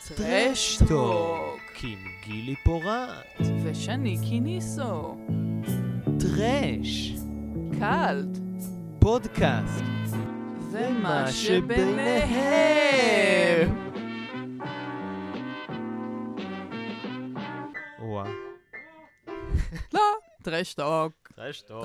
טרשטוק עם גילי פורט ושני קיניסו. טרש קלט פודקאסט ומה שביניהם. וואה לא, טרשטוק. טרשטוק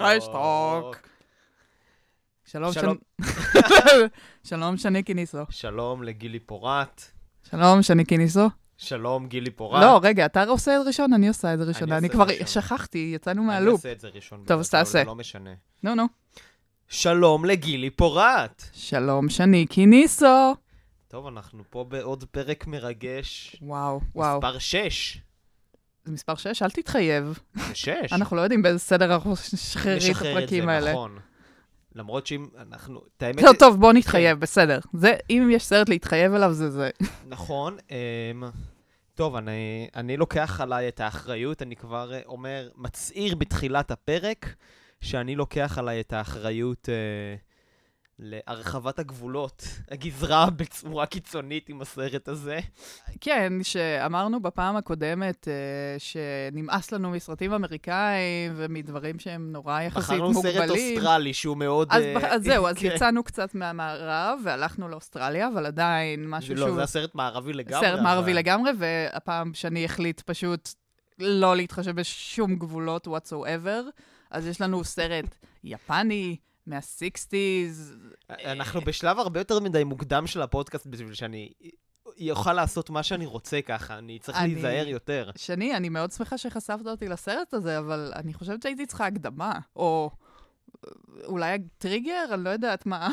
שלום שלום. שלום שני קיניסו. שלום לגילי פורט. שלום שני קיניסו. שלום גילי פורט. לא, רגע, אתה עושה את זה ראשון, אני עושה את זה ראשון. אני עושה כבר את זה ראשון. שכחתי, יצאנו אני מהלופ. אעשה את זה ראשון. טוב, אז תעשה. זה לא משנה. נו. שלום לגילי פורט. שלום שני קיניסו. טוב, אנחנו פה בעוד פרק מרגש. וואו. מספר 6. זה מספר 6? אל תתחייב. זה 6. אנחנו לא יודעים באיזה סדר אנחנו נשחרר את הפרקים האלה. נכון. למרות שאם אנחנו... את האמת... טוב, בוא נתחייב, בסדר. אם יש סרט להתחייב עליו, זה. נכון. טוב, אני לוקח עליי את האחריות, אני כבר אומר, מצעיר בתחילת הפרק, שאני לוקח עליי את האחריות להרחבת הגבולות, הגזרה בצורה קיצונית עם הסרט הזה. כן, שאמרנו בפעם הקודמת שנמאס לנו מסרטים אמריקאים ומדברים שהם נורא יחסית מוגבלים. בחרנו סרט אוסטרלי שהוא מאוד... אז זהו, אז יצאנו קצת מהמערב והלכנו לאוסטרליה, אבל עדיין משהו שהוא... לא, זה הסרט מערבי לגמרי. סרט מערבי לגמרי, והפעם שאני החליט פשוט לא להתחשב בשום גבולות whatsoever, אז יש לנו סרט יפני, מה-60s. אנחנו בשלב הרבה יותר מדי מוקדם של הפודקאסט בשביל שאני יוכל לעשות מה שאני רוצה ככה, אני צריך להיזהר יותר. שני, אני מאוד שמחה שחשפת אותי לסרט הזה, אבל אני חושבת שהייתי צריכה הקדמה, או אולי טריגר, אני לא יודעת מה.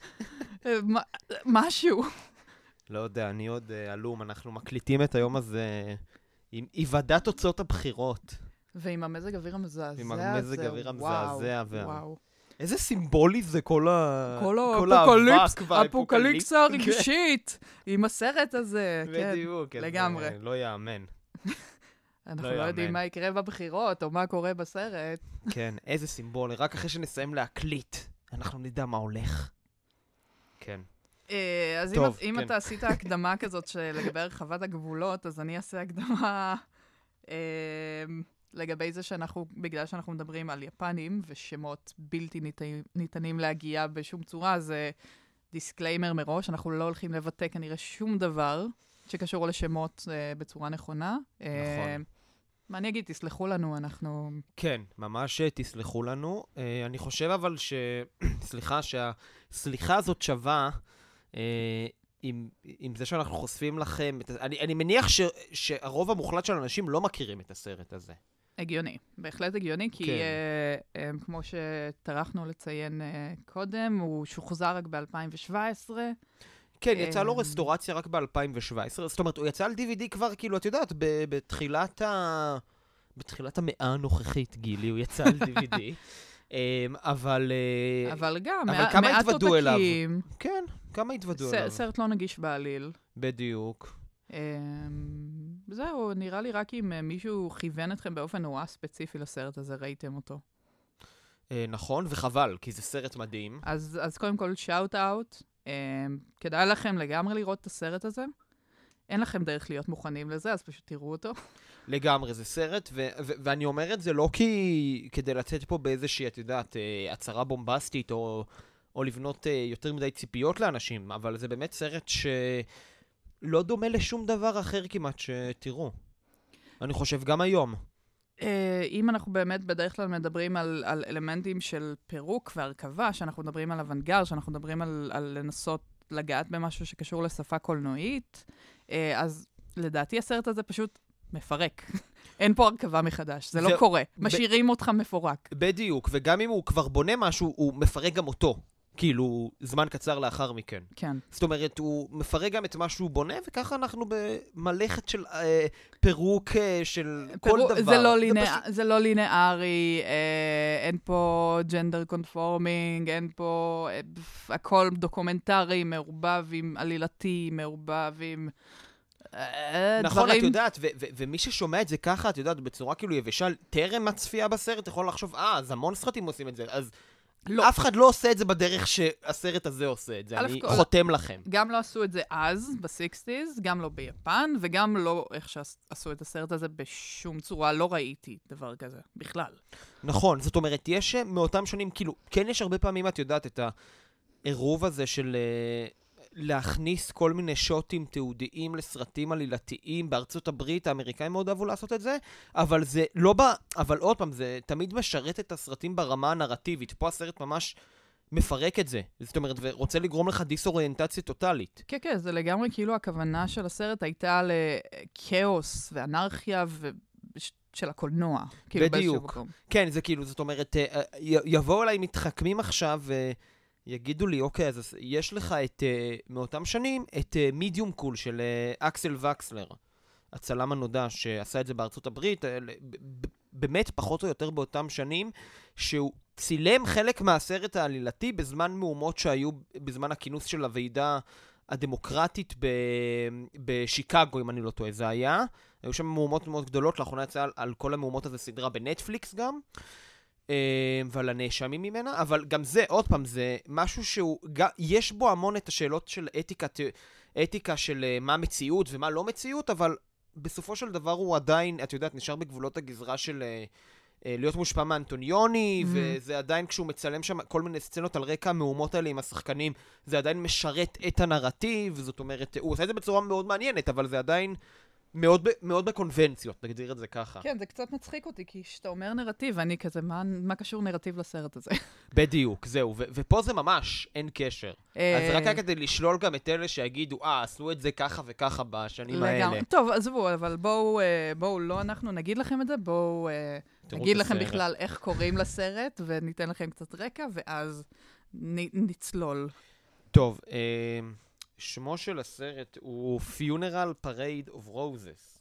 משהו. לא יודע, אני עוד אלום, אנחנו מקליטים את היום הזה עם היוודע תוצאות הבחירות. ועם המזג אוויר המזעזע הזה. עם המזג אוויר המזעזע. וואו. איזה סימבולי זה כל האפוקליפסה הרגשית, עם הסרט הזה. בדיוק, לגמרי. לא יאמן. אנחנו לא יודעים מה יקרה בבחירות, או מה קורה בסרט. כן, איזה סימבולי. רק אחרי שנסיים להקליט, אנחנו נדע מה הולך. כן. אז אם אתה עשית הקדמה כזאת לגבי הרחבת הגבולות, אז אני אעשה הקדמה... לגבי זה בגלל שאנחנו מדברים על יפנים ושמות בלתי ניתנים להגיע בשום צורה, זה דיסקליימר מראש, אנחנו לא הולכים לבטא כנראה שום דבר שקשור לשמות בצורה נכונה. נכון. מה אני אגיד? תסלחו לנו, אנחנו... כן, ממש תסלחו לנו. אני חושב אבל סליחה, שהסליחה הזאת שווה עם זה שאנחנו חושפים לכם. אני מניח שהרוב המוחלט של אנשים לא מכירים את הסרט הזה. הגיוני, בהחלט הגיוני, כי כמו שטרחנו לציין קודם, הוא שוחזר רק ב-2017. כן, יצא לו רסטורציה רק ב-2017, זאת אומרת, הוא יצא על DVD כבר, כאילו, את יודעת, בתחילת המאה הנוכחית, גילי, הוא יצא על DVD. אבל גם, כמה מעט התוודעו אליו? עותקים. כן, כמה התוודעו אליו? סרט לא נגיש בעליל. בדיוק. זהו, נראה לי רק אם מישהו כיוון אתכם באופן נורא ספציפי לסרט הזה, ראיתם אותו. נכון, וחבל, כי זה סרט מדהים. אז קודם כל, שאוט אאוט. כדאי לכם לגמרי לראות את הסרט הזה. אין לכם דרך להיות מוכנים לזה, אז פשוט תראו אותו. לגמרי, זה סרט, ואני אומר את זה לא כדי לצאת פה באיזושהי, את יודעת, הצהרה בומבסטית, או לבנות יותר מדי ציפיות לאנשים, אבל זה באמת סרט שלא דומה לשום דבר אחר כמעט שתראו. אני חושב גם היום. אם אנחנו באמת בדרך כלל מדברים על אלמנטים של פירוק והרכבה, שאנחנו מדברים על אוונגרד, שאנחנו מדברים על לנסות לגעת במשהו שקשור לשפה קולנועית, אז לדעתי הסרט הזה פשוט מפרק. אין פה הרכבה מחדש, זה לא קורה. משאירים אותך מפורק. בדיוק, וגם אם הוא כבר בונה משהו, הוא מפרק גם אותו. כאילו, זמן קצר לאחר מכן. כן. זאת אומרת, הוא מפרק גם את מה שהוא בונה, וככה אנחנו במלאכת של פירוק של כל דבר. זה לא לינארי, אין פה ג'נדר קונפורמינג, אין פה הכל דוקומנטרי, מעורבב עם עלילתי, מעורבב עם... נכון, את יודעת, ומי ששומע את זה ככה, את יודעת, בצורה כאילו יבשה, טרם הצפייה בסרט, יכול לחשוב, אז המון סרטים עושים את זה, אז לא. אף אחד לא עושה את זה בדרך שהסרט הזה עושה את זה, אני חותם לכם. גם לא עשו את זה אז, ב-60s, גם לא ביפן, וגם לא איך שעשו את הסרט הזה בשום צורה, לא ראיתי דבר כזה, בכלל. נכון, זאת אומרת, יש מאותם שנים, כאילו, כן יש הרבה פעמים, את יודעת, את העירוב הזה של להכניס כל מיני שוטים תיעודיים לסרטים עלילתיים בארצות הברית, האמריקאים מאוד אהבו לעשות את זה, אבל זה לא אבל עוד פעם, זה תמיד משרת את הסרטים ברמה הנרטיבית. פה הסרט ממש מפרק את זה. זאת אומרת, ורוצה לגרום לך דיסאוריינטציה טוטלית. כן, כן, זה לגמרי כאילו הכוונה של הסרט הייתה לכאוס ואנרכיה של הקולנוע. בדיוק. כן, זה כאילו, זאת אומרת, יבואו אליי מתחכמים עכשיו יגידו לי, אוקיי, אז יש לך מאותם שנים, את מידיום קול של אקסל וקסלר, הצלם הנודע שעשה את זה בארצות הברית, באמת פחות או יותר באותם שנים, שהוא צילם חלק מהסרט העלילתי בזמן מהומות שהיו, בזמן הכינוס של הוועידה הדמוקרטית בשיקגו, אם אני לא טועה, זה היה. היו שם מהומות מאוד גדולות, לאחרונה יצאה על כל המהומות הזה סדרה בנטפליקס גם. ועל הנאשמים ממנה, אבל גם זה, עוד פעם, זה משהו שהוא, יש בו המון את השאלות של אתיקה של מה מציאות ומה לא מציאות, אבל בסופו של דבר הוא עדיין, את יודעת, נשאר בגבולות הגזרה של להיות מושפע מאנטוניוני, וזה עדיין כשהוא מצלם שם כל מיני סצנות על רקע המהומות האלה עם השחקנים, זה עדיין משרת את הנרטיב, זאת אומרת, הוא עושה את זה בצורה מאוד מעניינת, אבל זה עדיין מאוד בקונבנציות, נגדיר את זה ככה. כן, זה קצת מצחיק אותי, כי כשאתה אומר נרטיב, אני כזה, מה קשור נרטיב לסרט הזה? בדיוק, זהו, ופה זה ממש אין קשר. אז רק כדי לשלול גם את אלה שיגידו, עשו את זה ככה וככה בשנים האלה. טוב, עזבו, אבל בואו לא אנחנו נגיד לכם את זה, בואו נגיד לכם בכלל איך קוראים לסרט, וניתן לכם קצת רקע, ואז נצלול. טוב, שמו של הסרט הוא Funeral Parade of Roses.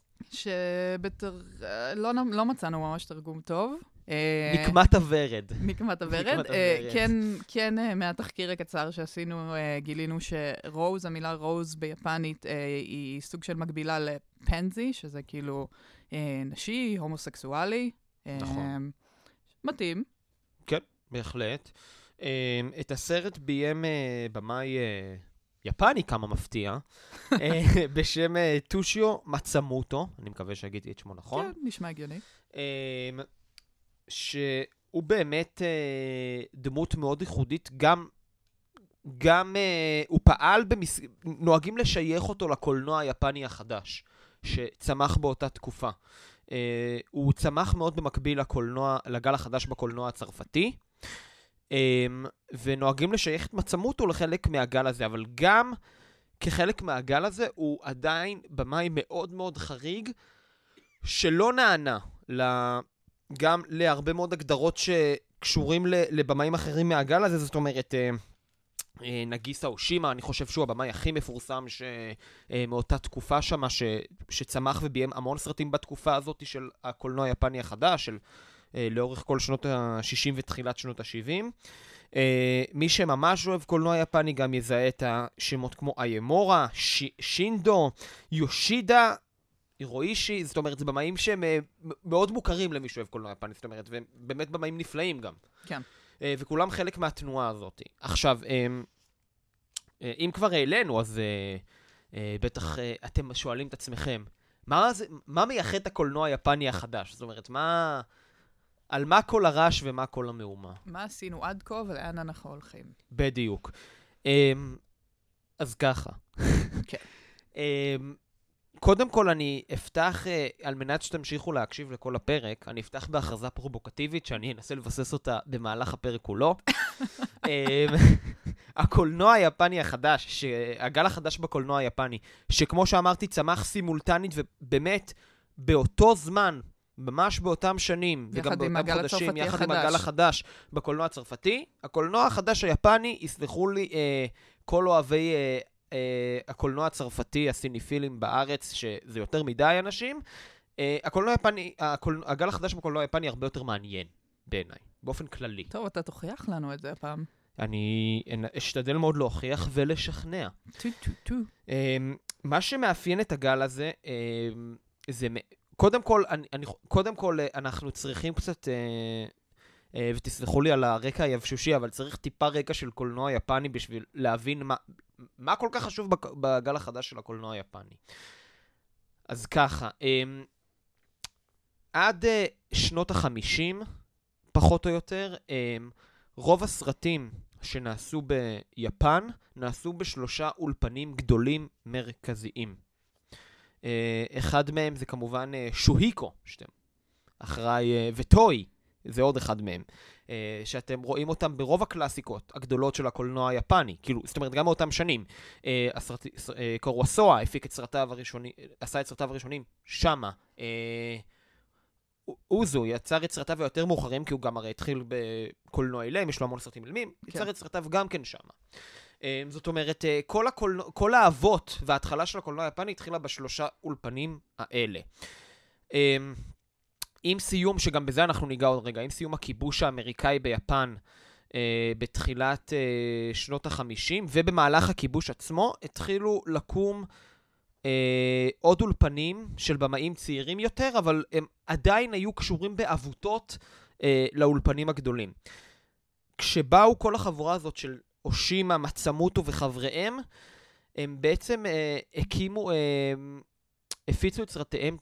לא מצאנו ממש תרגום טוב. נקמת הוורד. נקמת הוורד. כן, מהתחקיר הקצר שעשינו, גילינו שרוז, המילה רוז ביפנית, היא סוג של מקבילה לפנזי, שזה כאילו נשי, הומוסקסואלי. נכון. מתאים. כן, בהחלט. את הסרט ביים במאי יפני, כמה מפתיע, בשם טושיו מצמוטו, אני מקווה שהגיתי את שמו נכון. כן, נשמע הגיוני. שהוא באמת דמות מאוד ייחודית, גם הוא פעל, נוהגים לשייך אותו לקולנוע היפני החדש, שצמח באותה תקופה. הוא צמח מאוד במקביל לגל החדש בקולנוע הצרפתי, ונוהגים לשייך את מצמוטו לחלק מהגל הזה, אבל גם כחלק מהגל הזה הוא עדיין במאי מאוד מאוד חריג, שלא נענה גם להרבה מאוד הגדרות שקשורים לבמאים אחרים מהגל הזה. זאת אומרת, נגיסה אושימה, אני חושב שהוא הבמאי הכי מפורסם מאותה תקופה שמה, שצמח וביים המון סרטים בתקופה הזאת של הקולנוע היפני החדש, של לאורך כל שנות ה-60 ותחילת שנות ה-70. מי שממש אוהב קולנוע יפני גם יזהה את השמות כמו איימורה, שינדו, יושידה, הירואישי. זאת אומרת, זה במאים שהם מאוד מוכרים למי שאוהב קולנוע יפני, זאת אומרת, והם באמת במאים נפלאים גם. כן. וכולם חלק מהתנועה הזאת. עכשיו, אם כבר העלינו, אז בטח אתם שואלים את עצמכם, מה מייחד את הקולנוע היפני החדש? זאת אומרת, על מה כל הרעש ומה כל המהומה? מה עשינו עד כה ולאן אנחנו הולכים? בדיוק. אז ככה. כן. קודם כל אני אפתח, על מנת שתמשיכו להקשיב לכל הפרק, אני אפתח בהכרזה פרובוקטיבית שאני אנסה לבסס אותה במהלך הפרק כולו. הקולנוע היפני החדש, הגל החדש בקולנוע היפני, שכמו שאמרתי צמח סימולטנית ובאמת באותו זמן, ממש באותם שנים, וגם באותם חודשים, יחד עם הגל החדש בקולנוע הצרפתי, הקולנוע החדש היפני, יסלחו לי כל אוהבי הקולנוע הצרפתי, הסיניפילים בארץ, שזה יותר מדי אנשים, הקולנוע היפני, הגל החדש בקולנוע היפני הרבה יותר מעניין, בעיניי, באופן כללי. טוב, אתה תוכיח לנו את זה הפעם. אני אשתדל מאוד להוכיח ולשכנע. מה שמאפיין את הגל הזה, זה... קודם כל, אנחנו צריכים קצת ותסלחו לי על הרקע היבשושי, אבל צריך טיפה רקע של קולנוע יפני בשביל להבין מה כל כך חשוב בגל החדש של הקולנוע היפני. אז ככה, עד שנות ה-50, פחות או יותר, רוב הסרטים שנעשו ביפן, נעשו בשלושה אולפנים גדולים מרכזיים. אחד מהם זה כמובן שוהיקו, שאתם אחראי, וטוי, זה עוד אחד מהם, שאתם רואים אותם ברוב הקלאסיקות הגדולות של הקולנוע היפני, כאילו, זאת אומרת, גם מאותם שנים. קורוסואה עשה את סרטיו הראשונים שמה. אוזו יצר את סרטיו היותר מאוחרים, כי הוא גם הרי התחיל בקולנוע אילם, יש לו המון סרטים אילמים, יצר את סרטיו גם כן שמה. זאת אומרת, כל האבות וההתחלה של הקולנוע היפני התחילה בשלושה אולפנים האלה. עם סיום, שגם בזה אנחנו ניגע עוד רגע, עם סיום הכיבוש האמריקאי ביפן בתחילת שנות ה-50, ובמהלך הכיבוש עצמו התחילו לקום עוד אולפנים של במאים צעירים יותר, אבל הם עדיין היו קשורים בעבותות לאולפנים הגדולים. כשבאו כל החבורה הזאת של אושימה, מצמוטו וחבריהם, הם בעצם הפיצו את סרטיהם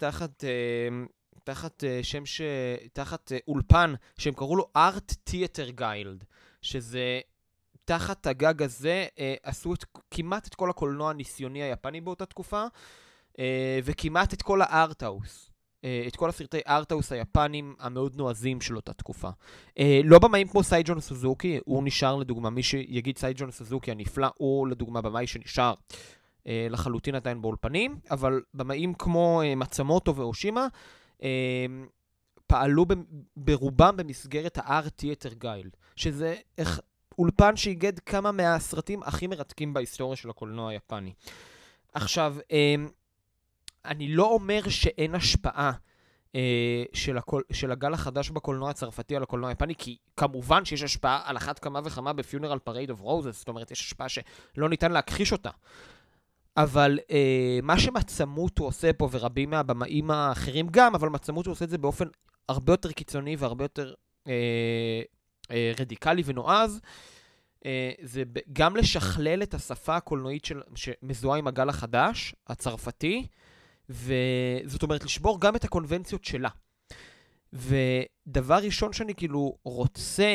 תחת אולפן שהם קראו לו Art Theater Guild, שזה תחת הגג הזה עשו כמעט את כל הקולנוע הניסיוני היפני באותה תקופה, וכמעט את כל הארטהאוס, את כל הסרטי ארטהאוס היפנים המאוד נועזים של אותה תקופה. לא במאים כמו סייג'ון סוזוקי, הוא נשאר לדוגמה, מי שיגיד סייג'ון סוזוקי הנפלא, הוא לדוגמה במאי שנשאר לחלוטין עדיין באולפנים, אבל במאים כמו מצמוטו ואושימה, פעלו ברובם במסגרת ה-Art Theater Guild, שזה אולפן שהיגד כמה מהסרטים הכי מרתקים בהיסטוריה של הקולנוע היפני. עכשיו, אני לא אומר שאין השפעה של הגל החדש בקולנוע הצרפתי על הקולנוע היפני, כי כמובן שיש השפעה על אחת כמה וכמה בפיונרל פרייד אוף רוזס, זאת אומרת, יש השפעה שלא ניתן להכחיש אותה. אבל מה שמצמוטו עושה פה, ורבים מהבמאים האחרים גם, אבל מצמוטו עושה את זה באופן הרבה יותר קיצוני והרבה יותר רדיקלי ונועז, זה גם לשכלל את השפה הקולנועית שמזוהה עם הגל החדש, הצרפתי, וזאת אומרת לשבור גם את הקונבנציות שלה. ודבר ראשון שאני כאילו רוצה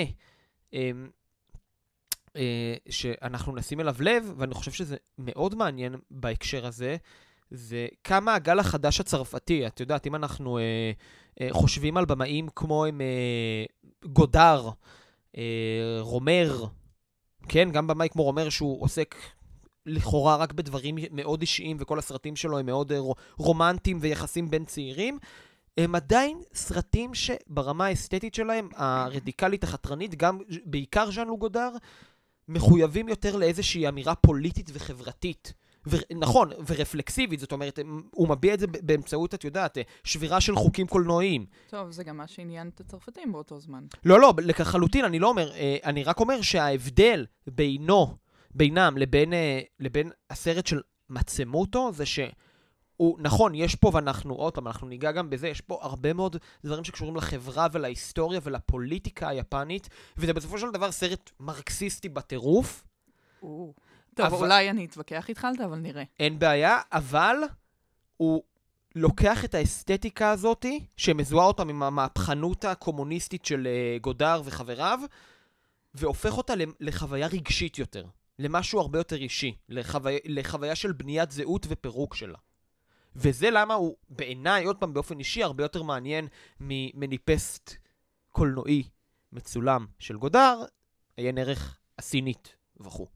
שאנחנו נשים אליו לב, ואני חושב שזה מאוד מעניין בהקשר הזה, זה כמה הגל החדש הצרפתי, את יודעת, אם אנחנו חושבים על במאים כמו עם גודר, רומר, כן, גם במאי כמו רומר שהוא עוסק לכאורה רק בדברים מאוד אישיים, וכל הסרטים שלו הם מאוד רומנטיים ויחסים בין צעירים, הם עדיין סרטים שברמה האסתטית שלהם, הרדיקלית החתרנית, גם בעיקר ז'אן לוק גודר, מחויבים יותר לאיזושהי אמירה פוליטית וחברתית. נכון, ורפלקסיבית, זאת אומרת, הוא מביע את זה באמצעות, את יודעת, שבירה של חוקים קולנועיים. טוב, זה גם מה שעניין את הצרפתים באותו זמן. לא, לחלוטין, אני לא אומר, אני רק אומר שההבדל בינם לבין הסרט של מצמוטו, זה שהוא, נכון, יש פה, ואנחנו, עוד פעם, אנחנו ניגע גם בזה, יש פה הרבה מאוד דברים שקשורים לחברה ולהיסטוריה ולפוליטיקה היפנית, וזה בסופו של דבר סרט מרקסיסטי בטירוף. טוב, אולי אני אתווכח איתך, אבל נראה. אין בעיה, אבל הוא לוקח את האסתטיקה הזאת, שמזוהה אותם עם המהפכנות הקומוניסטית של גודר וחבריו, והופך אותה לחוויה רגשית יותר, למשהו הרבה יותר אישי, לחוויה של בניית זהות ופירוק שלה. וזה למה הוא בעיניי, עוד פעם באופן אישי, הרבה יותר מעניין ממניפסט קולנועי מצולם של גודר, עיין ערך הסינית וכו'.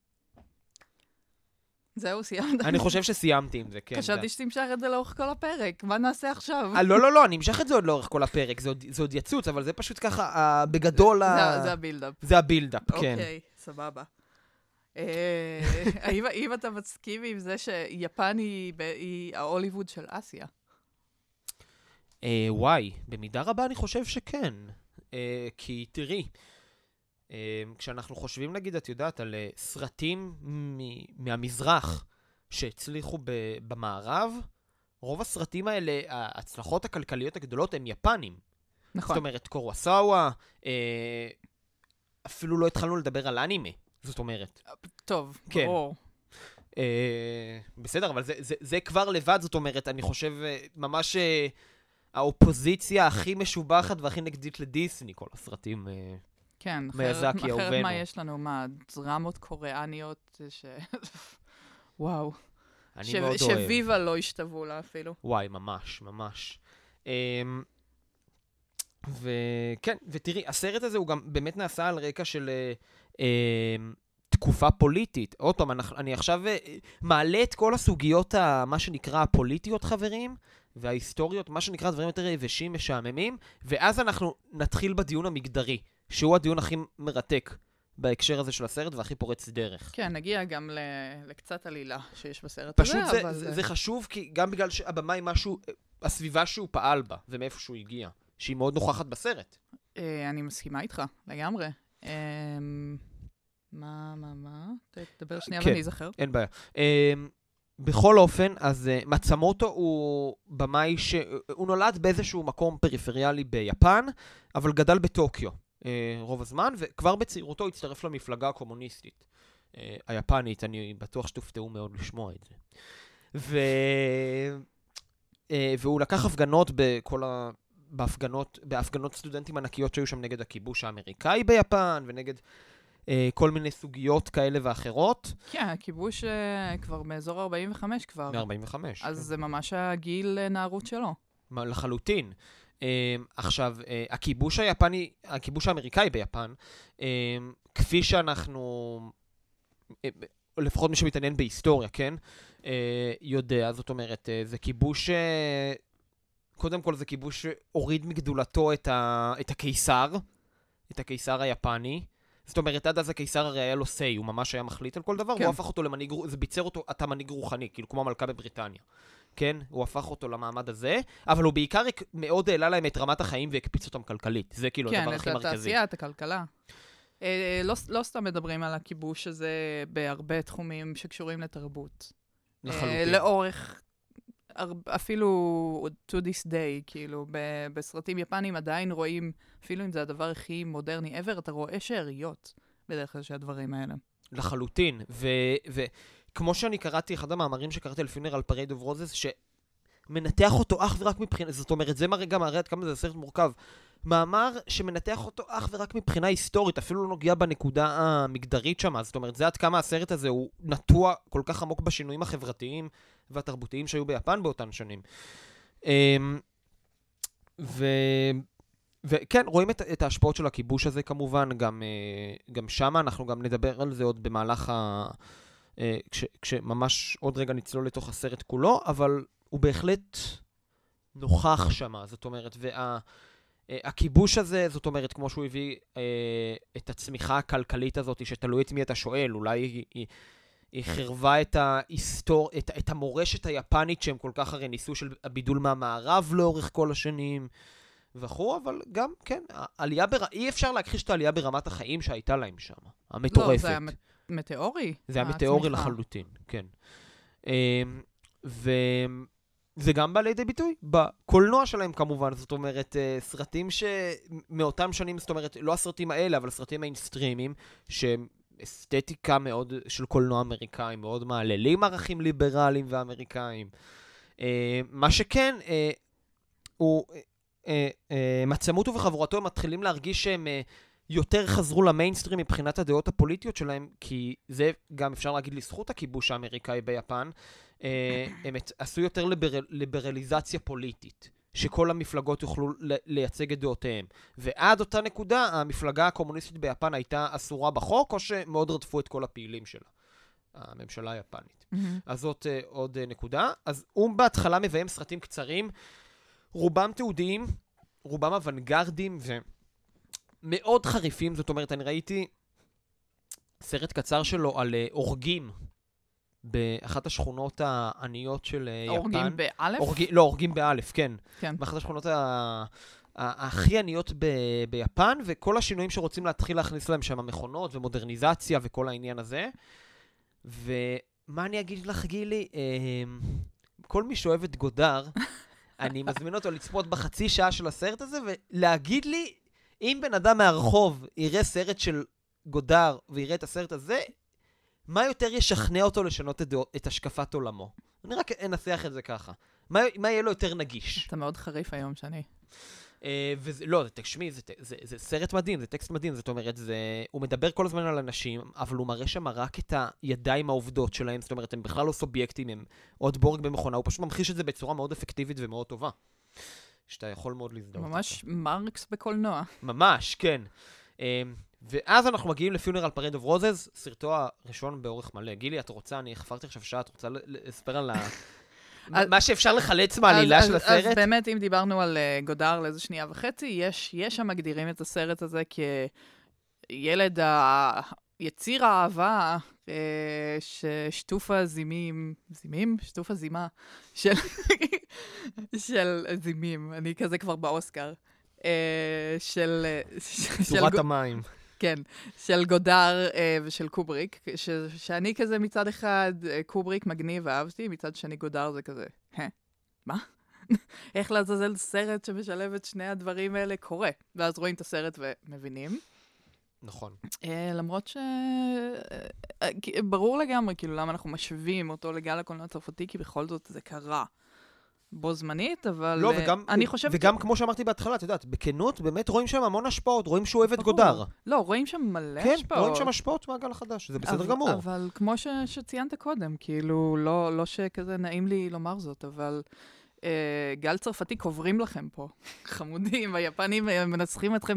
זהו, סיימת. אני חושב שסיימתי עם זה, כן. חשבתי שתמשך את זה לאורך כל הפרק. מה נעשה עכשיו? לא, אני אמשך את זה עוד לאורך כל הפרק. זה עוד יצוץ, אבל זה פשוט ככה, בגדול... זה הבילדאפ. זה הבילדאפ, כן. אוקיי, סבבה. האם אתה מסכים עם זה שיפן היא ההוליווד של אסיה? וואי, במידה רבה אני חושב שכן. כי תראי, כשאנחנו חושבים, נגיד, את יודעת, על סרטים מהמזרח שהצליחו במערב, רוב הסרטים האלה, ההצלחות הכלכליות הגדולות, הם יפנים. נכון. זאת אומרת, קורוסאווה, אפילו לא התחלנו לדבר על אנימה, זאת אומרת. טוב, כן. ברור. בסדר, אבל זה כבר לבד, זאת אומרת, אני חושב ממש האופוזיציה הכי משובחת והכי נגדית לדיסני, כל הסרטים. כן, מיאזקי, אחרת אהובנו. מה יש לנו? מה, דרמות קוריאניות וואו. אני מאוד אוהב. שוויבה לא השתוו לה אפילו. וואי, ממש, ממש. וכן, ותראי, הסרט הזה הוא גם באמת נעשה על רקע של תקופה פוליטית. עוד פעם, אני עכשיו מעלה את כל הסוגיות, מה שנקרא הפוליטיות, חברים, וההיסטוריות, מה שנקרא דברים יותר יבשים, משעממים, ואז אנחנו נתחיל בדיון המגדרי, שהוא הדיון הכי מרתק בהקשר הזה של הסרט, והכי פורץ דרך. כן, נגיע גם לקצת עלילה שיש בסרט פשוט הזה, אבל... זה חשוב, כי גם בגלל שהבמה היא משהו, הסביבה שהוא פעל בה, ומאיפה שהוא הגיע, שהיא מאוד נוכחת בסרט. אני מסכימה איתך, לגמרי. מה? תדבר שנייה ואני אזכר. אין בעיה. בכל אופן, אז מצמוטו הוא במאי שהוא נולד באיזשהו מקום פריפריאלי ביפן, אבל גדל בטוקיו רוב הזמן, וכבר בצעירותו הצטרף למפלגה הקומוניסטית היפנית. אני בטוח שתופתעו מאוד לשמוע את זה. והוא לקח הפגנות בהפגנות סטודנטים ענקיות שהיו שם נגד הכיבוש האמריקאי ביפן, ונגד כל מיני סוגיות כאלה ואחרות. כן, הכיבוש כבר באזור 45 כבר. מ-45. אז זה ממש הגיל נערות שלו. לחלוטין. עכשיו, הכיבוש האמריקאי ביפן, כפי שאנחנו, לפחות מי שמתעניין בהיסטוריה, כן? יודע, זאת אומרת, זה כיבוש, קודם כל זה כיבוש שהוריד מגדולתו את הקיסר היפני. זאת אומרת, עד אז הקיסר הרי היה לו סי, הוא ממש היה מחליט על כל דבר, כן. והוא הפך אותו למנהיג, זה ביצר אותו, אתה מנהיג רוחני, כאילו כמו המלכה בבריטניה. כן? הוא הפך אותו למעמד הזה, אבל הוא בעיקר מאוד העלה להם את רמת החיים והקפיץ אותם כלכלית. זה כאילו הדבר הכי מרכזי. כן, את התעשייה, את הכלכלה. לא סתם מדברים על הכיבוש הזה בהרבה תחומים שקשורים לתרבות. לחלוטין. לאורך, אפילו to this day, כאילו, בסרטים יפנים עדיין רואים, אפילו אם זה הדבר הכי מודרני ever, אתה רואה שאריות בדרך כלל של הדברים האלה. לחלוטין. וכמו שאני קראתי, אחד המאמרים שקראתי על פינרל פרייד אוף רוזס, שמנתח אותו אך ורק מבחינה, זאת אומרת, זה גם מראה עד כמה זה סרט מורכב. מאמר שמנתח אותו אך ורק מבחינה היסטורית, אפילו לא נוגע בנקודה המגדרית שם, זאת אומרת, זה עד כמה הסרט הזה הוא נטוע כל כך עמוק בשינויים החברתיים והתרבותיים שהיו ביפן באותן שנים. וכן, רואים את ההשפעות של הכיבוש הזה כמובן, גם שם אנחנו גם נדבר על זה עוד במהלך כשממש עוד רגע נצלול לתוך הסרט כולו, אבל הוא בהחלט נוכח שם, זאת אומרת, הכיבוש הזה, זאת אומרת, כמו שהוא הביא את הצמיחה הכלכלית הזאת, שתלוי את מי אתה שואל, אולי היא חרבה את המורשת היפנית שהם כל כך הרי ניסו של הבידול מהמערב לאורך כל השנים וכו', אבל גם, כן, אי אפשר להכחיש את העלייה ברמת החיים שהייתה להם שם, המטורפת. לא, זה היה מטאורי. זה היה מטאורי לחלוטין, כן. זה גם בא לידי ביטוי בקולנוע שלהם כמובן, זאת אומרת, סרטים שמאותם שנים, זאת אומרת, לא הסרטים האלה, אבל הסרטים מיינסטרימיים, שהם אסתטיקה מאוד של קולנוע אמריקאי, מאוד מעללים ערכים ליברליים ואמריקאים. מה שכן, הוא מצמוטו וחבורתו הם מתחילים להרגיש שהם יותר חזרו למיינסטרים מבחינת הדעות הפוליטיות שלהם, כי זה גם אפשר להגיד לזכות הכיבוש האמריקאי ביפן, הם עשו יותר ליברליזציה פוליטית, שכל המפלגות יוכלו לייצג את דעותיהם. ועד אותה נקודה, המפלגה הקומוניסטית ביפן הייתה אסורה בחוק, או שמאוד רדפו את כל הפעילים שלה, הממשלה היפנית. אז זאת עוד נקודה. אז הוא בהתחלה מביים סרטים קצרים, רובם תיעודיים, רובם אוונגרדים ומאוד חריפים. זאת אומרת, אני ראיתי סרט קצר שלו על אורגים, באחת השכונות העניות של יפן. אורגים באלף? לא, אורגים באלף, כן. כן. באחת השכונות הכי עניות ביפן, וכל השינויים שרוצים להתחיל להכניס להם שם מכונות ומודרניזציה וכל העניין הזה. ומה אני אגיד לך, גילי? כל מי שאוהב את גודר, אני מזמין אותו לצפות בחצי שעה של הסרט הזה, ולהגיד לי, אם בן אדם מהרחוב יראה סרט של גודר, ויראה את הסרט הזה, מה יותר ישכנע אותו לשנות את השקפת עולמו? אני רק אנסח את זה ככה. מה יהיה לו יותר נגיש? אתה מאוד חריף היום, שני. לא, תשמעי, זה סרט מדהים, זה טקסט מדהים, זאת אומרת, הוא מדבר כל הזמן על אנשים, אבל הוא מראה שם רק את הידיים העובדות שלהם, זאת אומרת, הם בכלל לא סובייקטים, הם עוד בורג במכונה, הוא פשוט ממחיש את זה בצורה מאוד אפקטיבית ומאוד טובה. שאתה יכול מאוד להזדהות. ממש מרקס בקולנוע. ממש, כן. ואז אנחנו מגיעים לפיונרל פרייד אוף רוזז, סרטו הראשון באורך מלא. גילי, את רוצה, אני חפרתי עכשיו שעה, את רוצה לספר על מה שאפשר לחלץ מהעלילה של הסרט? אז באמת, אם דיברנו על גודר לאיזה שנייה וחצי, יש שם מגדירים את הסרט הזה כילד יציר האהבה, ששטוף הזימים, שטוף הזימה, של זימים, אני כזה כבר באוסקר, צורת המים. כן, של גודר ושל קובריק, שאני כזה מצד אחד, קובריק מגניב ואהבתי, מצד שני גודר זה כזה, מה? איך לעזאזל סרט שמשלב את שני הדברים האלה קורה? ואז רואים את הסרט ומבינים. נכון. למרות ברור לגמרי, כאילו, למה אנחנו משווים אותו לגל הקולנוע הצרפתי, כי בכל זאת זה קרה. בו זמנית, אבל לא, אני חושבת... וגם כמו שאמרתי בהתחלה, את יודעת, בכנות, באמת רואים שם המון השפעות, רואים שהוא אוהב את גודר. לא, רואים שם מלא השפעות. כן, רואים שם השפעות מהגל החדש, זה בסדר גמור. אבל כמו שציינת קודם, כאילו, לא שכזה נעים לי לומר זאת, אבל גל צרפתי קוברים לכם פה. חמודים, היפנים מנצחים אתכם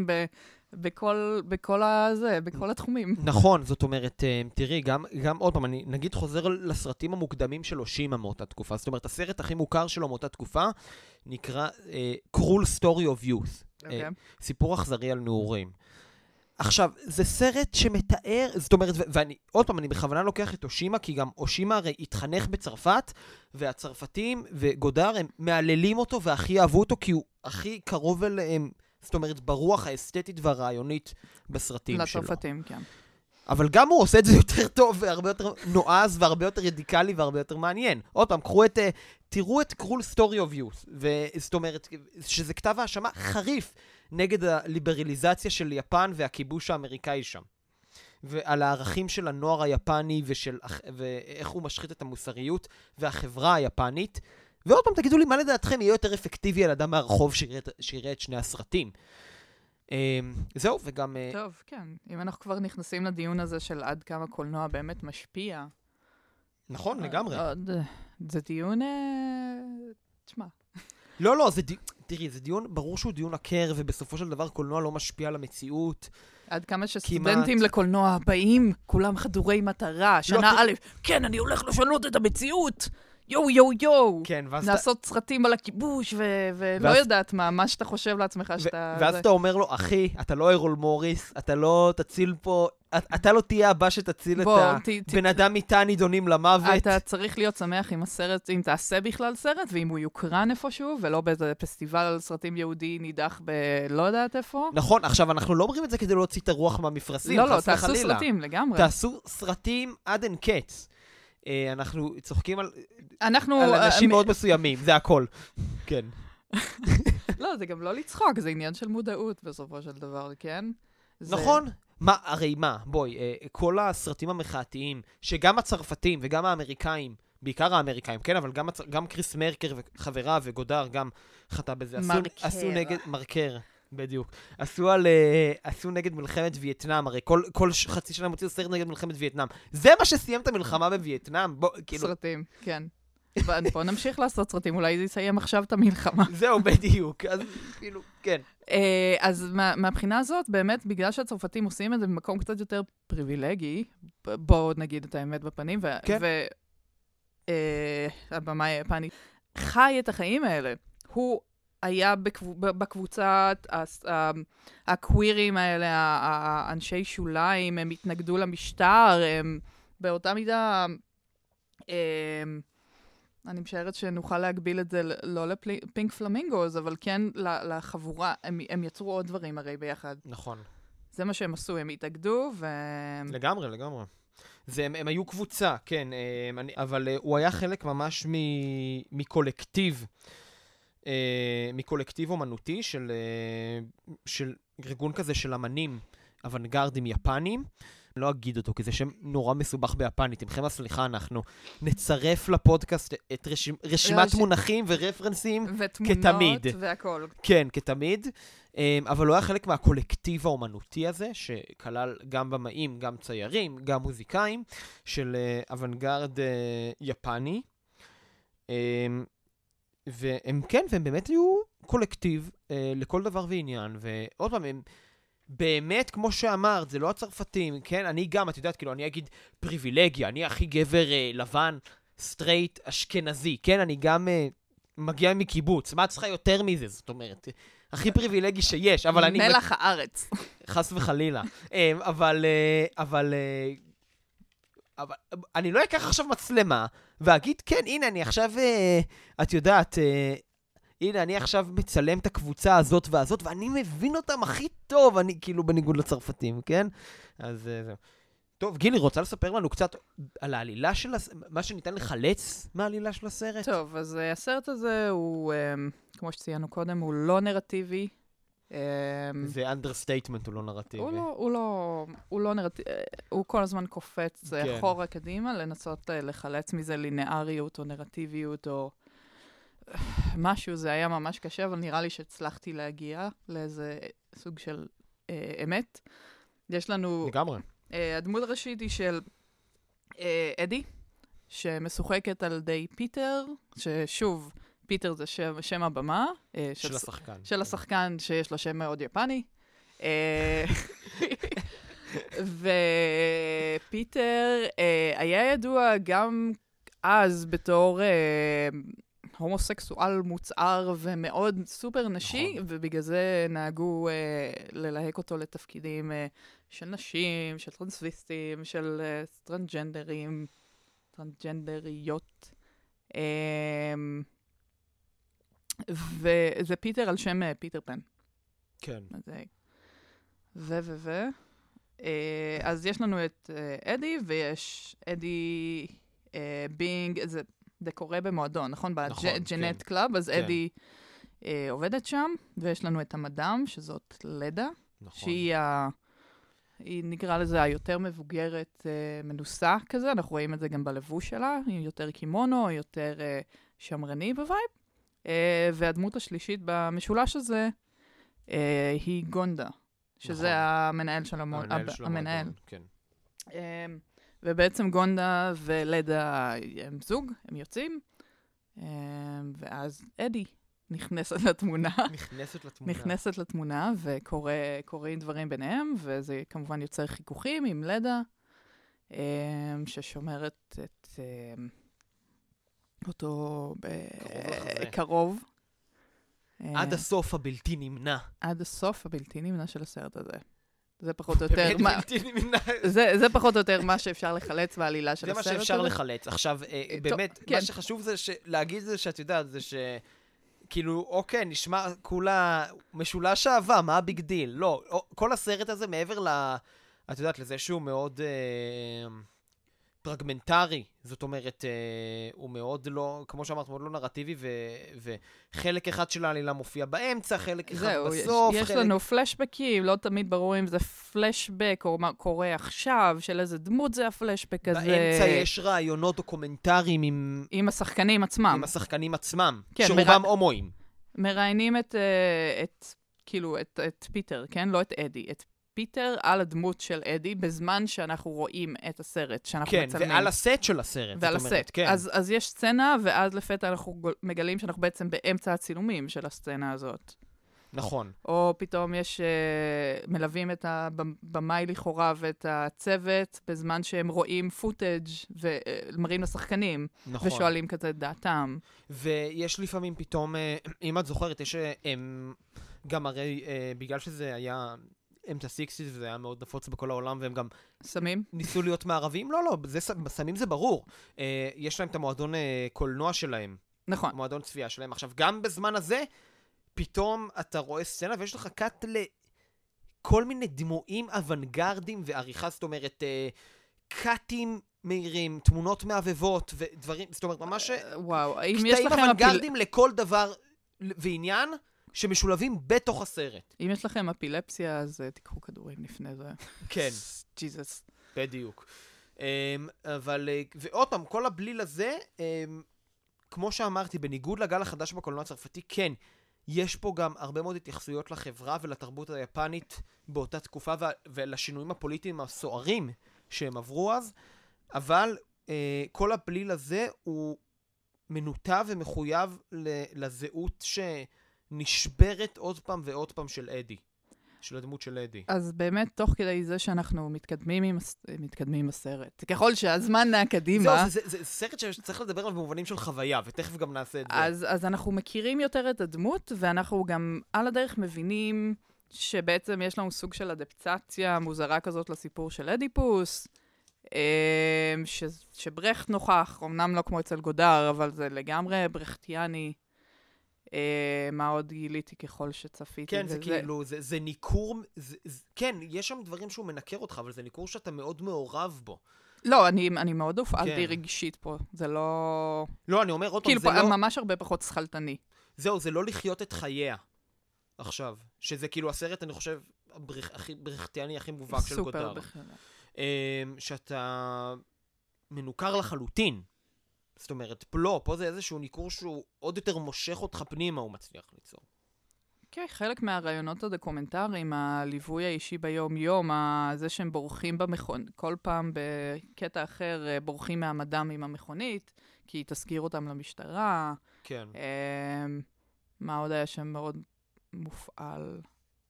בכל התחומים. נכון, זאת אומרת, תראי, גם עוד פעם, אני נגיד חוזר לסרטים המוקדמים של אושימה מאותה תקופה. זאת אומרת, הסרט הכי מוכר שלו מאותה תקופה נקרא Cruel Story of Youth. סיפור אכזרי על נעורים. עכשיו, זה סרט שמתאר, זאת אומרת, ואני, עוד פעם, אני בכוונה לוקח את אושימה, כי גם אושימה הרי התחנך בצרפת, והצרפתים וגודר הם מעללים אותו והכי אהבו אותו, כי הוא הכי קרוב אליהם, זאת אומרת, ברוח האסתטית והרעיונית בסרטים שלו. לצרפתים, כן. אבל גם הוא עושה את זה יותר טוב, והרבה יותר נועז, והרבה יותר רדיקלי, והרבה יותר מעניין. עוד פעם, תראו את Cruel Story of Youth, זאת אומרת, שזה כתב האשמה חריף נגד הליברליזציה של יפן והכיבוש האמריקאי שם. ועל הערכים של הנוער היפני, ואיך הוא משחית את המוסריות והחברה היפנית. ועוד פעם, תגידו לי, מה לדעתכם יהיה יותר אפקטיבי על אדם מהרחוב שיראה את שני הסרטים? זהו, וגם... טוב, כן. אם אנחנו כבר נכנסים לדיון הזה של עד כמה קולנוע באמת משפיע. נכון, לגמרי. זה דיון... תשמע. לא, תראי, זה דיון, ברור שהוא דיון עקר, ובסופו של דבר קולנוע לא משפיע על המציאות. עד כמה שסטודנטים לקולנוע הבאים, כולם חדורי מטרה, שנה א', כן, אני הולך לשנות את המציאות. יו. כן, לעשות סרטים על הכיבוש, ולא יודעת מה שאתה חושב לעצמך שאתה... ואז אתה אומר לו, אחי, אתה לא אירול מוריס, אתה לא תציל פה, אתה לא תהיה הבא שתציל את הבן אדם איתה נידונים למוות. אתה צריך להיות שמח עם הסרט, אם תעשה בכלל סרט, ואם הוא יוקרן איפשהו, ולא באיזה פסטיבל על סרטים יהודי נידח לא יודעת איפה. נכון, עכשיו אנחנו לא אומרים את זה כדי להוציא את הרוח מהמפרשים. לא, תעשו סרטים לגמרי. תעשו סרטים עד אין קץ. אנחנו צוחקים על אנשים מאוד מסוימים, זה הכל. כן. לא, זה גם לא לצחוק, זה עניין של מודעות בסופו של דבר, כן? נכון. הרי מה, בואי, כל הסרטים המחאתיים, שגם הצרפתים וגם האמריקאים, בעיקר האמריקאים, כן, אבל גם קריס מרקר וחברה וגודר גם חטא בזה. עשו נגד מרקר. בדיוק. עשו נגד מלחמת וייטנאם, הרי כל חצי שנה מוציאו סרט נגד מלחמת וייטנאם. זה מה שסיים את המלחמה בווייטנאם? סרטים, כן. בוא נמשיך לעשות סרטים, אולי זה יסיים עכשיו את המלחמה. זהו, בדיוק. אז כאילו, כן. אז מהבחינה הזאת, באמת, בגלל שהצרפתים עושים את זה במקום קצת יותר פריבילגי, בואו נגיד את האמת בפנים, והבמאי היפני חי את החיים האלה. הוא היה בקבוצת הקווירים האלה, האנשי שוליים, הם התנגדו למשטר, הם באותה מידה, אני משערת שנוכל להגביל את זה לא לפינק פלמינגוז, אבל כן לחבורה, הם יצרו עוד דברים הרי ביחד. נכון. זה מה שהם עשו, הם התאגדו לגמרי. הם היו קבוצה, כן, אבל הוא היה חלק ממש מקולקטיב. מקולקטיב אומנותי של ארגון כזה של אמנים אוונגרדים יפנים. לא אגיד אותו, כי זה שם נורא מסובך ביפנית. עמכם הסליחה, אנחנו נצרף לפודקאסט את רשימת מונחים ורפרנסים כתמיד. ותמונות והכל. כן, כתמיד. אבל הוא היה חלק מהקולקטיב האומנותי הזה, שכלל גם במאים, גם ציירים, גם מוזיקאים, של אוונגרד יפני. והם כן, והם באמת היו קולקטיב לכל דבר ועניין. ועוד פעם, הם באמת, כמו שאמרת, זה לא הצרפתים, כן? אני גם, את יודעת, כאילו, אני אגיד פריבילגיה, אני הכי גבר לבן, סטרייט, אשכנזי, כן? אני גם מגיע מקיבוץ, מה צריכה יותר מזה? זאת אומרת, הכי פריבילגי שיש, אבל אני... מלח הארץ. חס וחלילה. אבל אני לא אקח עכשיו מצלמה, ואגיד, כן, הנה, אני עכשיו, את יודעת, הנה, אני עכשיו מצלם את הקבוצה הזאת והזאת, ואני מבין אותם הכי טוב, אני כאילו בניגוד לצרפתים, כן? אז זהו. טוב, גילי, רוצה לספר לנו קצת על העלילה של מה שניתן לחלץ מהעלילה של הסרט? טוב, אז הסרט הזה הוא, כמו שציינו קודם, הוא לא נרטיבי. זה אנדרסטייטמנט, הוא לא נרטיבי. הוא לא נרטיבי, הוא כל הזמן קופץ אחורה קדימה, לנסות לחלץ מזה לינאריות או נרטיביות או משהו. זה היה ממש קשה, אבל נראה לי שהצלחתי להגיע לאיזה סוג של אמת. יש לנו... לגמרי. הדמות הראשית היא של אדי, שמשוחקת על ידי פיטר, ששוב, פיטר זה שם הבמה. של השחקן. של השחקן שיש לו שם מאוד יפני. ופיטר היה ידוע גם אז בתור הומוסקסואל מוצער ומאוד סופר נשי, ובגלל זה נהגו ללהק אותו לתפקידים של נשים, של טרנסוויסטים, של טרנסג'נדרים, טרנסג'נדריות. וזה פיטר על שם פיטר פן. כן. אז יש לנו את אדי, ויש אדי בינג, זה קורה במועדון, נכון? בג'נט קלאב, אז אדי עובדת שם, ויש לנו את המדאם, שזאת לדה, שהיא נקרא לזה היותר מבוגרת, מנוסה כזה, אנחנו רואים את זה גם בלבוש שלה, היא יותר קימונו, יותר שמרני בווייב. והדמות השלישית במשולש הזה היא גונדה, שזה המנהל של המנהל. כן. ובעצם גונדה ולדה הם זוג, הם יוצאים, ואז אדי נכנסת לתמונה. נכנסת לתמונה, וקוראים דברים ביניהם, וזה כמובן יוצר חיכוכים עם לדה, ששומרת את אותו קרוב. עד הסוף הבלתי נמנע. עד הסוף הבלתי נמנע של הסרט הזה. זה פחות או יותר... באמת בלתי נמנע. זה פחות או יותר מה שאפשר לחלץ בעלילה של הסרט הזה. זה מה שאפשר לחלץ. עכשיו, באמת, מה שחשוב זה להגיד זה שאת יודעת, זה כאילו, אוקיי, נשמע כולה משולש אהבה, מה הביג דיל? לא, כל הסרט הזה מעבר את יודעת, לזה שהוא מאוד פרגמנטרי, זאת אומרת, הוא מאוד לא, כמו שאמרת, מאוד לא נרטיבי, וחלק אחד של העלילה מופיע באמצע, חלק אחד בסוף. יש לנו פלשבקים, לא תמיד ברור אם זה פלשבק או מה קורה עכשיו, של איזה דמות זה הפלשבק הזה. באמצע יש רעיונות דוקומנטריים עם השחקנים עצמם. עם השחקנים עצמם, שרובם הומואים. מראיינים את פיטר, כן? לא את אדי, את פיטר על הדמות של אדי, בזמן שאנחנו רואים את הסרט, שאנחנו מצלמים. כן, ועל הסט של הסרט. ועל הסט. כן. אז יש סצנה, ואז לפתע אנחנו מגלים שאנחנו בעצם באמצע הצילומים של הסצנה הזאת. נכון. או פתאום מלווים את הבמאי לכאורה ואת הצוות, בזמן שהם רואים פוטאג' ומראים לשחקנים. נכון. ושואלים כזה את דעתם. ויש לפעמים פתאום, אם את זוכרת, יש גם הרי, בגלל שזה היה... אמצע ה-60s, וזה היה מאוד נפוץ בכל העולם, והם גם... סמים? ניסו להיות מערבים? לא, סמים זה ברור. יש להם את המועדון קולנוע שלהם. נכון. המועדון צפייה שלהם. עכשיו, גם בזמן הזה, פתאום אתה רואה סצנה, ויש לך קאט לכל מיני דמויים אוונגרדים ועריכה, זאת אומרת, קאטים מהירים, תמונות מעבבות, ודברים, זאת אומרת, ממש... וואו, קטעים אוונגרדים לכל דבר ועניין שמשולבים בתוך הסרט. אם יש לכם אפילפסיה, אז תיקחו כדורים לפני זה. כן. ג'יזוס. בדיוק. אבל, ועוד פעם, כל הבליל הזה, כמו שאמרתי, בניגוד לגל החדש בקולנוע הצרפתי, כן, יש פה גם הרבה מאוד התייחסויות לחברה ולתרבות היפנית באותה תקופה, ולשינויים הפוליטיים הסוערים שהם עברו אז, אבל כל הבליל הזה הוא מנותב ומחויב לזהות שנשברת עוד פעם ועוד פעם של אדי. של הדמות של אדי. אז באמת, תוך כדי זה שאנחנו מתקדמים עם הסרט. ככל שהזמן נע קדימה... זה סרט שצריך לדבר עליו במובנים של חוויה, ותכף גם נעשה את זה. אז אנחנו מכירים יותר את הדמות, ואנחנו גם על הדרך מבינים שבעצם יש לנו סוג של אדפטציה מוזרה כזאת לסיפור של אדיפוס, שברכט נוכח, אמנם לא כמו אצל גודר, אבל זה לגמרי ברכטיאני. מה עוד גיליתי ככל שצפיתי. כן, זה כאילו, זה ניכור, כן, יש שם דברים שהוא מנקר אותך, אבל זה ניכור שאתה מאוד מעורב בו. לא, אני מאוד הופעלתי רגשית פה, זה לא... לא, אני אומר עוד פעם, זה לא... כאילו, ממש הרבה פחות שכלתני. זהו, זה לא לחיות את חייה, עכשיו. שזה כאילו הסרט, אני חושב, ברכטיאני הכי מובהק של גודר. סופר בכלל. שאתה מנוכר לחלוטין. זאת אומרת, פה זה איזשהו ניכור שהוא עוד יותר מושך אותך פנימה, הוא מצליח ליצור. כן, חלק מהרעיונות הדוקומנטריים, הליווי האישי ביום-יום, זה שהם בורחים במכונית, כל פעם בקטע אחר בורחים מהמדם עם המכונית, כי תסגיר אותם למשטרה. כן. מה עוד היה שם מאוד מופעל?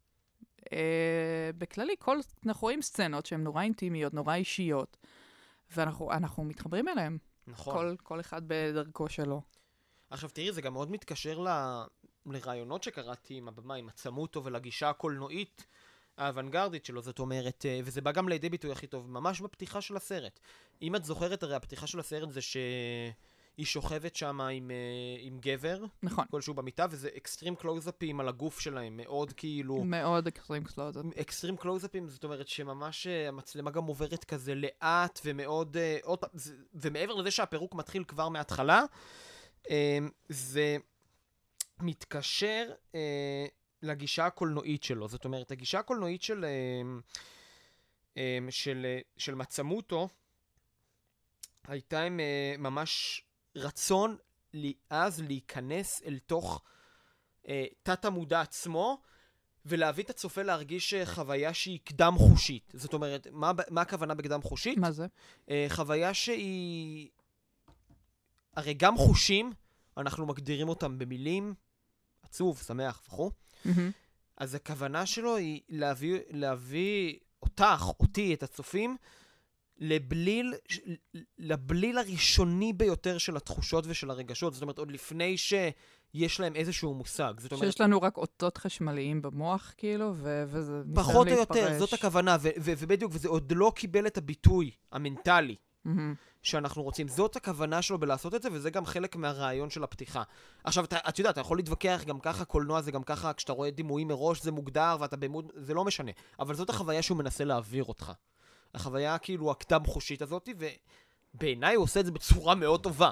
בכללי, אנחנו רואים סצנות שהן נורא אינטימיות, נורא אישיות, ואנחנו מתחברים אליהן. נכון. כל אחד בדרכו שלו. עכשיו תראי, זה גם מאוד מתקשר לרעיונות שקראתי עם הבמה, עם עצמותו ולגישה הקולנועית האוונגרדית שלו, זאת אומרת, וזה בא גם לידי ביטוי הכי טוב, ממש בפתיחה של הסרט. אם את זוכרת, הרי הפתיחה של הסרט זה שהיא שוכבת שם עם גבר, נכון. כלשהו במיטה, וזה אקסטרים קלוזאפים על הגוף שלהם, מאוד כאילו... מאוד אקסטרים קלוזאפים. אקסטרים קלוזאפים, זאת אומרת שממש המצלמה גם עוברת כזה לאט ומאוד... ומעבר לזה שהפירוק מתחיל כבר מההתחלה, זה מתקשר לגישה הקולנועית שלו. זאת אומרת, הגישה הקולנועית של מצמוטו הייתה עם ממש רצון אז להיכנס אל תוך תת המודע עצמו, ולהביא את הצופה להרגיש חוויה שהיא קדם חושית. זאת אומרת, מה הכוונה בקדם חושית? מה זה? חוויה שהיא... הרי גם חושים, אנחנו מגדירים אותם במילים, עצוב, שמח וכו'. אז הכוונה שלו היא להביא אותי, את הצופים, לבליל הראשוני ביותר של התחושות ושל הרגשות. זאת אומרת, עוד לפני שיש להם איזשהו מושג. זאת אומרת, שיש לנו רק אותות חשמליים במוח, כאילו, וזה ניסיון פחות או להתפרש. יותר, זאת הכוונה, ובדיוק, וזה עוד לא קיבל את הביטוי המנטלי שאנחנו רוצים. זאת הכוונה שלו בלעשות את זה, וזה גם חלק מהרעיון של הפתיחה. עכשיו, את יודעת, אתה יכול להתווכח גם ככה, קולנוע זה גם ככה, כשאתה רואה דימויים מראש זה מוגדר, ואתה במוד, זה לא משנה. אבל זאת החוויה שהוא מנסה להעביר אותך. החוויה כאילו הקדם חושית הזאת, ובעיניי הוא עושה את זה בצורה מאוד טובה.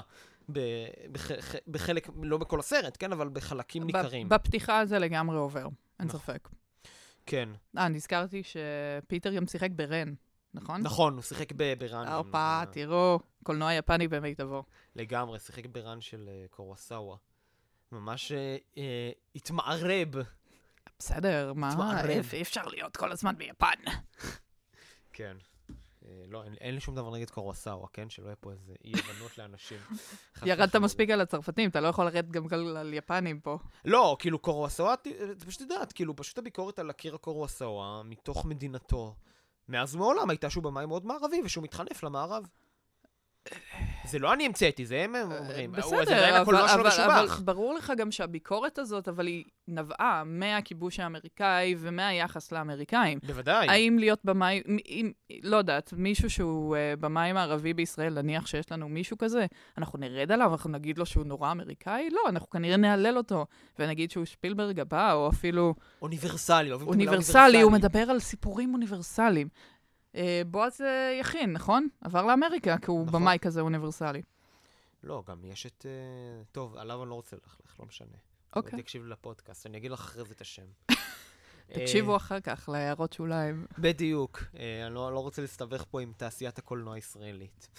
בחלק, לא בכל הסרט, כן, אבל בחלקים ניכרים. בפתיחה זה לגמרי עובר, אין ספק. כן. נזכרתי שפיטר גם שיחק ברן, נכון? נכון, הוא שיחק ברן. אופה, תראו, קולנוע יפני במיטבו. לגמרי, שיחק ברן של קורוסאווה. ממש התמערב. בסדר, מה? אי אפשר להיות כל הזמן ביפן. כן. לא, אין לי שום דבר נגד קורוסאווה, כן? שלא יהיה פה איזה אי-הבנות לאנשים. ירדת מספיק על הצרפתים, אתה לא יכול לרדת גם על יפנים פה. לא, כאילו קורוסאווה, אתה פשוט יודעת, כאילו פשוט הביקורת על אקירה קורוסאווה מתוך מדינתו. מאז ומעולם הייתה שהוא במאי מאוד מערבי, ושהוא מתחנף למערב. זה לא אני המצאתי, זה הם אומרים. בסדר, אבל ברור לך גם שהביקורת הזאת, אבל היא נבעה מהכיבוש האמריקאי ומהיחס לאמריקאים. בוודאי. האם להיות במאי, לא יודעת, מישהו שהוא במאי מערבי בישראל, נניח שיש לנו מישהו כזה, אנחנו נרד עליו, אנחנו נגיד לו שהוא נורא אמריקאי? לא, אנחנו כנראה נעלל אותו, ונגיד שהוא שפילברג הבא, או אפילו... אוניברסלי. אוניברסלי, הוא מדבר על סיפורים אוניברסליים. בועז יכין, נכון? עבר לאמריקה, כי הוא במאי כזה אוניברסלי. לא, גם יש את... טוב, עליו אני לא רוצה ללכלך, לא משנה. אוקיי. תקשיב לפודקאסט, אני אגיד לך אחרי זה את השם. תקשיבו אחר כך להערות שוליים. בדיוק. אני לא רוצה להסתבך פה עם תעשיית הקולנוע הישראלית.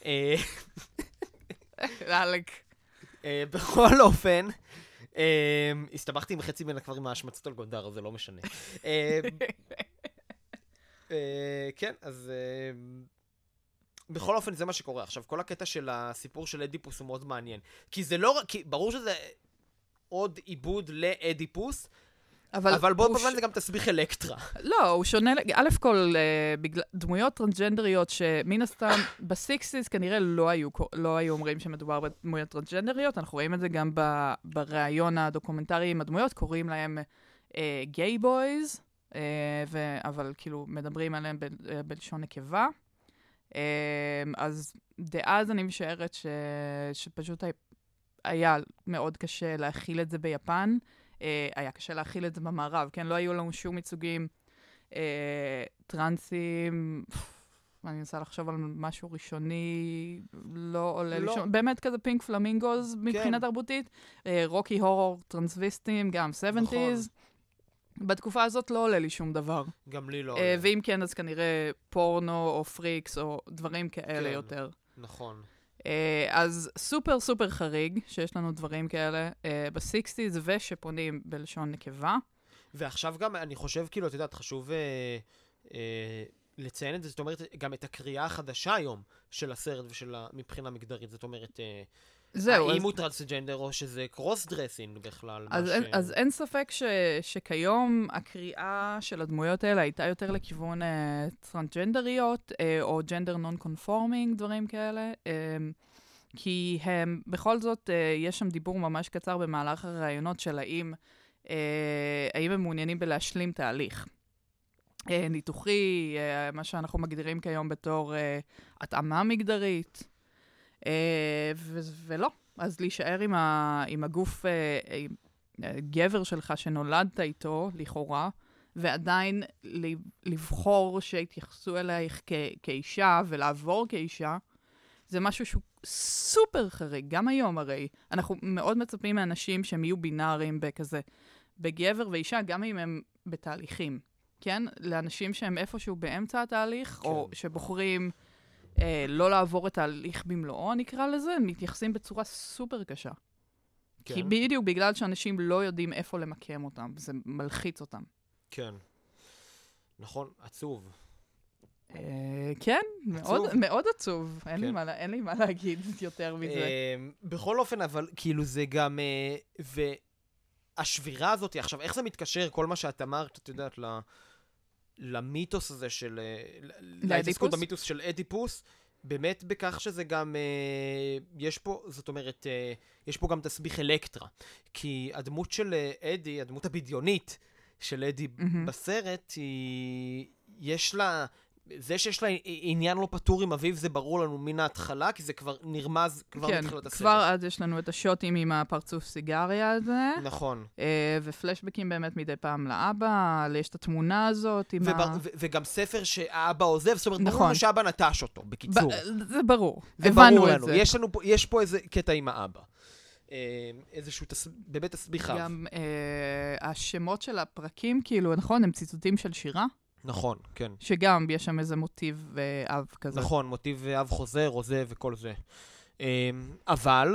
אלק. בכל אופן, הסתבכתי עם חצי בין הכברים מההשמצות על גונדר, אז זה לא משנה. כן, אז בכל אופן זה מה שקורה. עכשיו, כל הקטע של הסיפור של אדיפוס הוא מאוד מעניין. כי זה לא, כי ברור שזה עוד עיבוד לאדיפוס, אבל בוא פרמן זה גם תסביך אלקטרה. לא, הוא שונה, א' כל, דמויות טרנסג'נדריות שמן הסתם בסיקסיס כנראה לא היו אומרים שמדובר בדמויות טרנסג'נדריות, אנחנו רואים את זה גם בראיון הדוקומנטרי עם הדמויות, קוראים להם גיי בויז, אבל כאילו מדברים עליהם בלשון נקבה. אז דאז אני משערת שפשוט היה מאוד קשה להכיל את זה ביפן, היה קשה להכיל את זה במערב, כן? לא היו לנו שום ייצוגים טרנסים, אני מנסה לחשוב על משהו ראשוני, לא עולה לי שום, באמת כזה פינק פלמינגוז מבחינה תרבותית, רוקי הורור טרנסוויסטים, גם 70s. בתקופה הזאת לא עולה לי שום דבר. גם לי לא. ואם כן, אז כנראה פורנו או פריקס או דברים כאלה יותר. נכון. אז סופר סופר חריג שיש לנו דברים כאלה ב-60s ושפונים בלשון נקבה. ועכשיו גם, אני חושב, כאילו, את יודעת, חשוב לציין את זה, זאת אומרת, גם את הקריאה החדשה היום של הסרט מבחינה מגדרית, זאת אומרת, האם הוא טרנסג'נדר או שזה קרוס דרסינג בכלל. אז אין ספק שכיום הקריאה של הדמויות האלה הייתה יותר לכיוון טרנסג'נדריות או ג'נדר נון קונפורמינג, דברים כאלה. כי הם, בכל זאת, יש שם דיבור ממש קצר במהלך הרעיונות של האם הם מעוניינים בלהשלים תהליך. ניתוחי, מה שאנחנו מגדירים כיום בתור התאמה מגדרית. ולא. אז להישאר עם הגוף גבר שלך שנולדת איתו, לכאורה, ועדיין לבחור שהתייחסו אלייך כאישה ולעבור כאישה, זה משהו שהוא סופר חריג, גם היום הרי. אנחנו מאוד מצפים מאנשים שהם יהיו בינאריים בכזה, בגבר ואישה, גם אם הם בתהליכים, כן? לאנשים שהם איפשהו באמצע התהליך, כן. או שבוחרים לא לעבור את ההליך במלואו, נקרא לזה, הם מתייחסים בצורה סופר קשה. כן. כי בדיוק בגלל שאנשים לא יודעים איפה למקם אותם, זה מלחיץ אותם. כן. נכון, עצוב. כן, מאוד עצוב. אין לי מה להגיד יותר מזה. בכל אופן, אבל כאילו זה גם... והשבירה הזאת, עכשיו, איך זה מתקשר, כל מה שאת אמרת, את יודעת, למיתוס הזה של... להתעסקות במיתוס של אדיפוס, באמת בכך שזה גם... יש פה, זאת אומרת, יש פה גם תסביך אלקטרה. כי הדמות של אדי, הדמות הבדיונית של אדי בסרט, יש לה... זה שיש לה עניין לא פתור עם אביב, זה ברור לנו מן ההתחלה, כי זה כבר נרמז כבר מתחילת הסרט. כן, כבר אז יש לנו את השוטים עם הפרצוף סיגריה הזה. נכון. ופלשבקים באמת מדי פעם לאבא, יש את התמונה הזאת. וגם ספר שהאבא עוזב, זאת אומרת, ברור לנו שהאבא נטש אותו, בקיצור. זה ברור. הבנו את זה. יש פה איזה קטע עם האבא. איזשהו באמת תסביך. גם השמות של הפרקים, כאילו, נכון, הם ציטוטים של שירה. נכון, כן. שגם יש שם איזה מוטיב אב כזה. נכון, מוטיב אב חוזר, עוזב וכל זה. אבל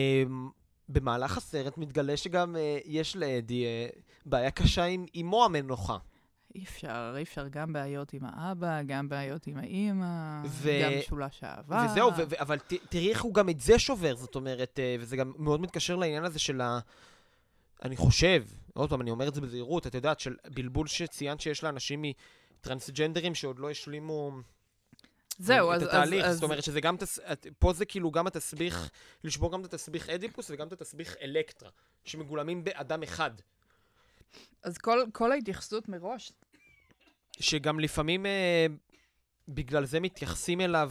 במהלך הסרט מתגלה שגם יש לאדי בעיה קשה עם אמו המנוחה. אי אפשר גם בעיות עם האבא, גם בעיות עם האמא, גם משולש האהבה. וזהו, אבל תראי איך הוא גם את זה שובר, זאת אומרת, וזה גם מאוד מתקשר לעניין הזה של אני חושב, עוד פעם, אני אומר את זה בזהירות, את יודעת, של בלבול שציינת שיש לאנשים מטרנסג'נדרים שעוד לא השלימו את התהליך. זאת אומרת שזה גם, פה זה כאילו גם התסביך, לשבור גם את התסביך אדיפוס וגם את התסביך אלקטרה, שמגולמים באדם אחד. אז כל ההתייחסות מראש. שגם לפעמים בגלל זה מתייחסים אליו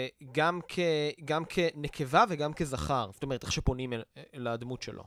גם כנקבה וגם כזכר. זאת אומרת, איך שפונים אל הדמות שלו.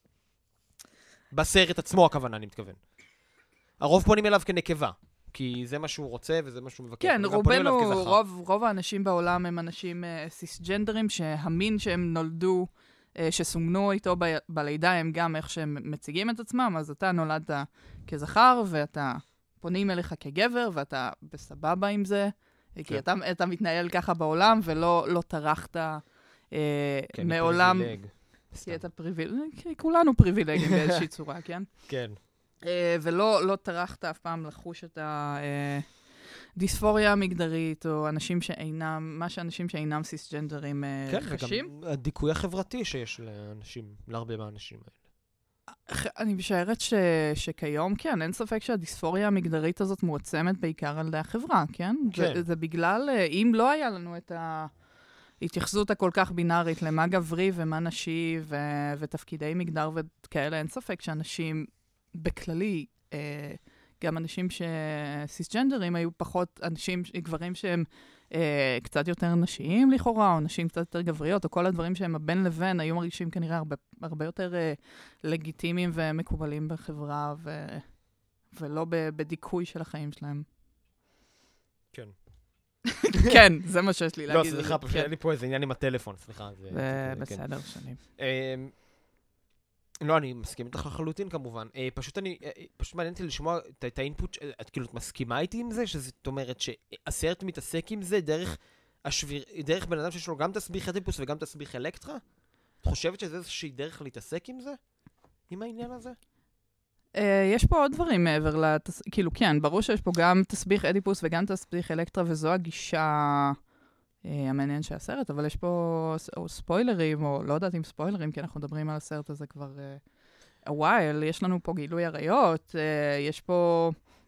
בסרט עצמו הכוונה, אני מתכוון. הרוב פונים אליו כנקבה, כי זה מה שהוא רוצה וזה מה שהוא מבקר. כן, רוב האנשים בעולם הם אנשים סיסג'נדרים שהמין שהם נולדו שסומנו איתו בלידה, הם גם איך שהם מציגים את עצמם, אז אתה נולדת כזכר, ואתה פונים אליך כגבר, ואתה בסבבה עם זה, כי אתה מתנהל ככה בעולם, ולא טרחת מעולם... כי אתה פריבילג, כולנו פריבילגים באיזושהי צורה, כן? כן. ולא טרחת אף פעם לחוש את הדיספוריה המגדרית, או מה שאנשים שאינם סיסג'נדרים חשים. כן, וגם הדיכוי החברתי שיש להרבה מהאנשים האלה. אני משערת שכיום, כן, אין ספק שהדיספוריה המגדרית הזאת מועצמת בעיקר על ידי החברה, כן? זה בגלל, אם לא היה לנו את ההתייחסות הכל כך בינארית למה גברי ומה נשי ותפקידי מגדר וכאלה, אין ספק שאנשים בכללי, גם אנשים שסיסג'נדרים היו פחות גברים שהם קצת יותר נשיים לכאורה, או נשים קצת יותר גבריות, או כל הדברים שהם הבין לבין, היו מרגישים כנראה הרבה יותר לגיטימיים ומקובלים בחברה, ולא בדיכוי של החיים שלהם. כן. כן, זה מה שיש לי להגיד. לא, סליחה, פשוט היה לי פה איזה עניין עם הטלפון, סליחה. בסדר, שנים. לא, אני מסכים איתך לחלוטין כמובן. פשוט מעניין אותי לשמוע את האינפוט, את כאילו מסכימה איתי עם זה, שזאת אומרת שהסרט מתעסק עם זה דרך בן אדם שיש לו גם תסביך אדיפוס וגם תסביך אלקטרה? את חושבת שזה איזושהי דרך להתעסק עם זה? עם העניין הזה? יש פה עוד דברים מעבר כאילו כן, ברור שיש פה גם תסביך אדיפוס וגם תסביך אלקטרה, וזו הגישה המעניין של הסרט, אבל יש פה ספוילרים, או לא יודעת אם ספוילרים, כי אנחנו מדברים על הסרט הזה כבר while, יש לנו פה גילוי עריות, יש פה...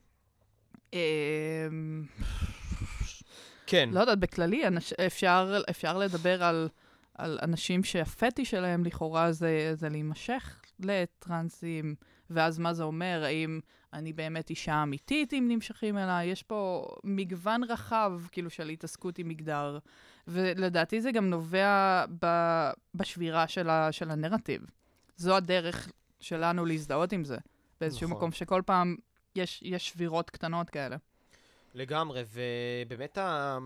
כן. לא יודעת, בכללי, אפשר לדבר על אנשים שהפטי שלהם לכאורה זה להימשך לטרנסים, ואז מה זה אומר? האם אני באמת אישה אמיתית אם נמשכים אליי? יש פה מגוון רחב, כאילו, של התעסקות עם מגדר, ולדעתי זה גם נובע בשבירה של הנרטיב. זו הדרך שלנו להזדהות עם זה, באיזשהו מקום שכל פעם יש שבירות קטנות כאלה. לגמרי, ובאמת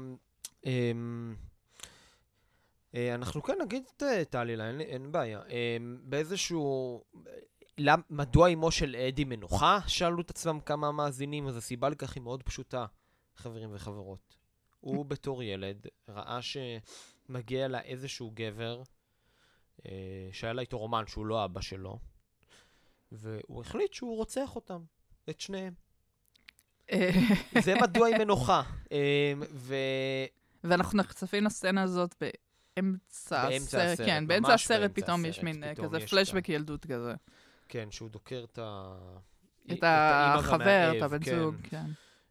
אנחנו כן נגיד את העלילה, אין בעיה. באיזשהו... מדוע אמו של אדי מנוחה? שאלו את עצמם כמה מאזינים, אז הסיבה לכך היא מאוד פשוטה, חברים וחברות. הוא בתור ילד ראה שמגיע לה איזשהו גבר, שהיה לה איתו רומן שהוא לא אבא שלו, והוא החליט שהוא רוצח אותם, את שניהם. זה מדוע היא מנוחה. ואנחנו נחשפים לסצנה הזאת באמצע הסרט. כן, באמצע הסרט פתאום יש מין כזה פלשבק ילדות כזה. כן, שהוא דוקר את החבר, את הבן זוג, כן.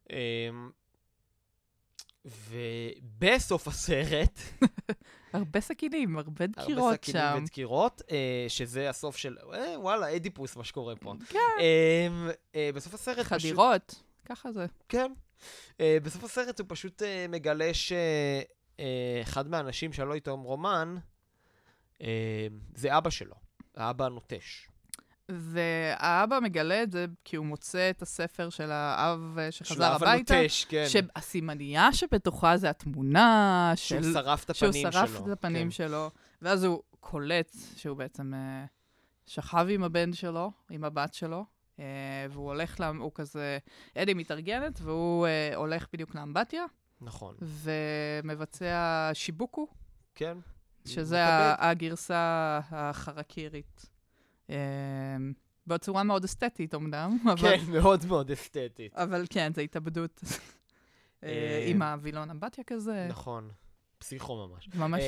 ובסוף הסרט... הרבה סכינים, הרבה דקירות שם. הרבה סכינים ודקירות, שזה הסוף של... וואלה, אדיפוס, מה שקורה פה. כן. בסוף הסרט... חדירות, ככה זה. כן. בסוף הסרט הוא פשוט מגלה שאחד מהאנשים שלו איתו רומן, זה אבא שלו, האבא הנוטש. והאבא מגלה את זה כי הוא מוצא את הספר של האב שחזר הביתה. של האב הנוטש, כן. שהסימניה שבתוכה זה התמונה שהוא שרף את הפנים שלו. שהוא שרף את הפנים שלו. ואז הוא קולט שהוא בעצם שכב עם הבן שלו, עם הבת שלו, והוא הולך, הוא כזה, אדי מתארגנת, והוא הולך בדיוק לאמבטיה. נכון. ומבצע שיבוקו. כן. שזה הגרסה החרקירית. בצורה מאוד אסתטית, אמנם. כן, מאוד מאוד אסתטית. אבל כן, זו התאבדות עם הווילון אמבטיה כזה. נכון. פסיכו ממש. ממש.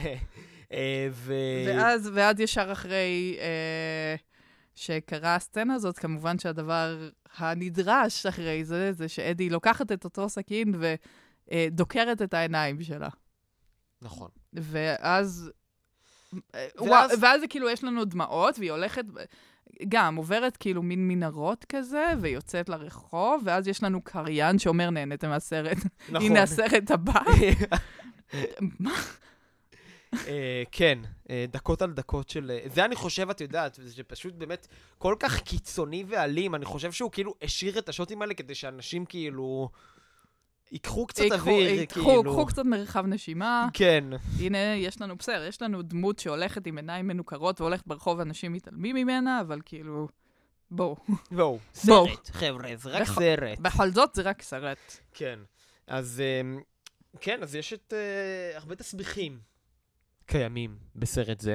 ואז ישר אחרי שקרה הסצנה הזאת, כמובן שהדבר הנדרש אחרי זה שאדי לוקחת את אותו סכין ודוקרת את העיניים שלה. נכון. ואז כאילו יש לנו דמעות, והיא הולכת, גם עוברת כאילו מין מנהרות כזה, ויוצאת לרחוב, ואז יש לנו קריין שאומר, נהנתם מהסרט. נכון. הנה הסרט הבא. מה? כן, דקות על דקות של... זה אני חושב, את יודעת, זה פשוט באמת כל כך קיצוני ואלים, אני חושב שהוא כאילו השאיר את השוטים האלה כדי שאנשים כאילו... ייקחו קצת אוויר, כאילו. קחו קצת מרחב נשימה. כן. הנה, יש לנו בסדר, יש לנו דמות שהולכת עם עיניים מנוכרות, והולכת ברחוב, אנשים מתעלמים ממנה, אבל כאילו, בואו. בואו, סרט, חבר'ה, זה רק סרט. בכל זאת, זה רק סרט. כן. אז, כן, אז יש את הרבה תסביכים קיימים בסרט זה.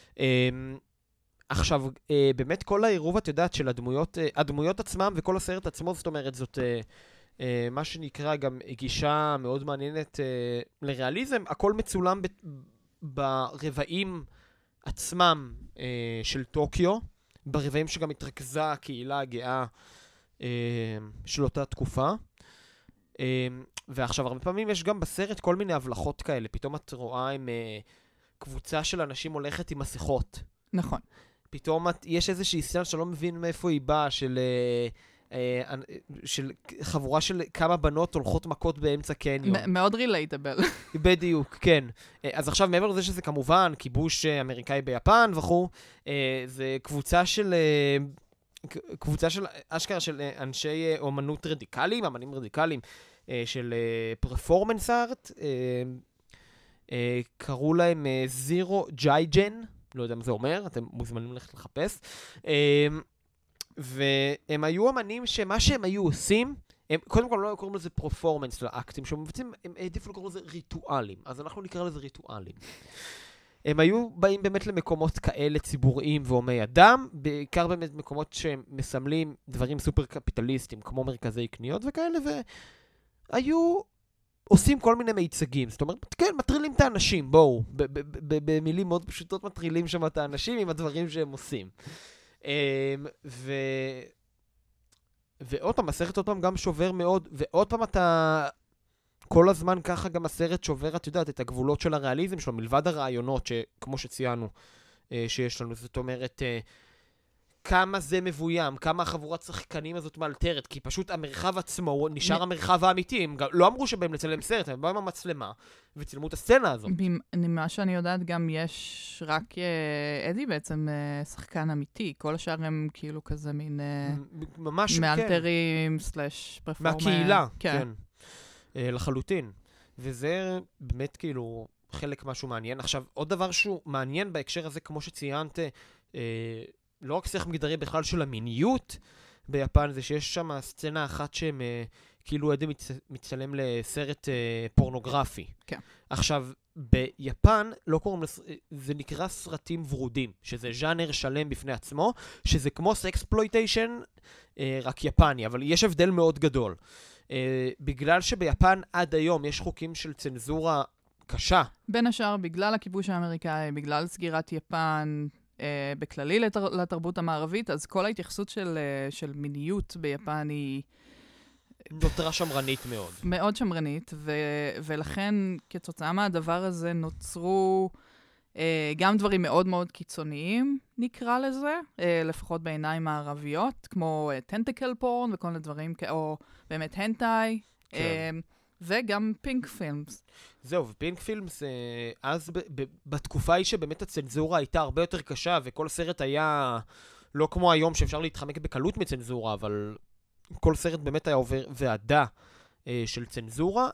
עכשיו, באמת כל העירוב, את יודעת, של הדמויות עצמם וכל הסרט עצמו, זאת אומרת, זאת מה שנקרא גם גישה מאוד מעניינת לריאליזם. הכל מצולם ברבעים עצמם של טוקיו, ברבעים שגם התרכזה הקהילה הגאה של אותה תקופה. ועכשיו, הרבה פעמים יש גם בסרט כל מיני הבלחות כאלה. פתאום את רואה עם קבוצה של אנשים הולכת עם מסכות. נכון. פתאום יש איזושהי סצנה שלא מבין מאיפה היא באה, של חבורה של כמה בנות הולכות מכות באמצע קניון. מאוד רילייטבל. בדיוק, כן. אז עכשיו, מעבר לזה שזה כמובן כיבוש אמריקאי ביפן וכו', זה קבוצה של אשכרה של אנשי אומנות רדיקליים, אמנים רדיקליים, של פרפורמנס ארט, קראו להם זירו ג'ייג'ן, לא יודע מה זה אומר, אתם מוזמנים ללכת לחפש. והם היו אמנים שמה שהם היו עושים, הם קודם כל לא קוראים לזה פרפורמנס לאקטים, שהם מבצעים, הם העדיפו לקרוא לזה ריטואלים, אז אנחנו נקרא לזה ריטואלים. הם היו באים באמת למקומות כאלה ציבוריים והומי אדם, בעיקר באמת מקומות שהם מסמלים דברים סופר קפיטליסטיים, כמו מרכזי קניות וכאלה, והיו עושים כל מיני מיצגים, זאת אומרת, כן, מטרילים את האנשים, בואו, במילים מאוד פשוטות מטרילים שם את האנשים עם הדברים שהם עושים. ועוד פעם, הסרט עוד פעם גם שובר מאוד, ועוד פעם אתה כל הזמן ככה גם הסרט שובר, את יודעת, את הגבולות של הריאליזם שלו, מלבד הרעיונות שכמו שציינו שיש לנו, זאת אומרת, כמה זה מבוים, כמה החבורת שחקנים הזאת מאלתרת, כי פשוט המרחב עצמו נשאר המרחב האמיתי, הם לא אמרו שבהם לצלם סרט, הם באו עם המצלמה וצילמו את הסצנה הזאת. מה שאני יודעת גם יש רק אדי בעצם שחקן אמיתי, כל השאר הם כאילו כזה מין ממש מאלתרים סלש פרפורמר. מהקהילה, כן. לחלוטין. וזה באמת כאילו חלק משהו מעניין. עכשיו, עוד דבר שהוא מעניין בהקשר הזה, כמו שציינת, לא רק שיח מגדרי בכלל של המיניות ביפן, זה שיש שם סצנה אחת שהם כאילו עדים מצלם לסרט פורנוגרפי. כן. עכשיו, ביפן לא קוראים, זה נקרא סרטים ורודים, שזה ז'אנר שלם בפני עצמו, שזה כמו סקספלויטיישן, רק יפני, אבל יש הבדל מאוד גדול. בגלל שביפן עד היום יש חוקים של צנזורה קשה. בין השאר, בגלל הכיבוש האמריקאי, בגלל סגירת יפן, בכללי לתרבות המערבית, אז כל ההתייחסות של מיניות ביפן היא נותרה שמרנית מאוד. מאוד שמרנית, ולכן כתוצאה מהדבר הזה נוצרו גם דברים מאוד מאוד קיצוניים, נקרא לזה, לפחות בעיניים הערביות, כמו טנטקל פורן וכל מיני דברים, או באמת הנטאי, וגם פינק פילמס. זהו, ופינק פילמס, אז בתקופה היא שבאמת הצנזורה הייתה הרבה יותר קשה, וכל סרט היה לא כמו היום שאפשר להתחמק בקלות מצנזורה, אבל כל סרט באמת היה עובר ועדה של צנזורה.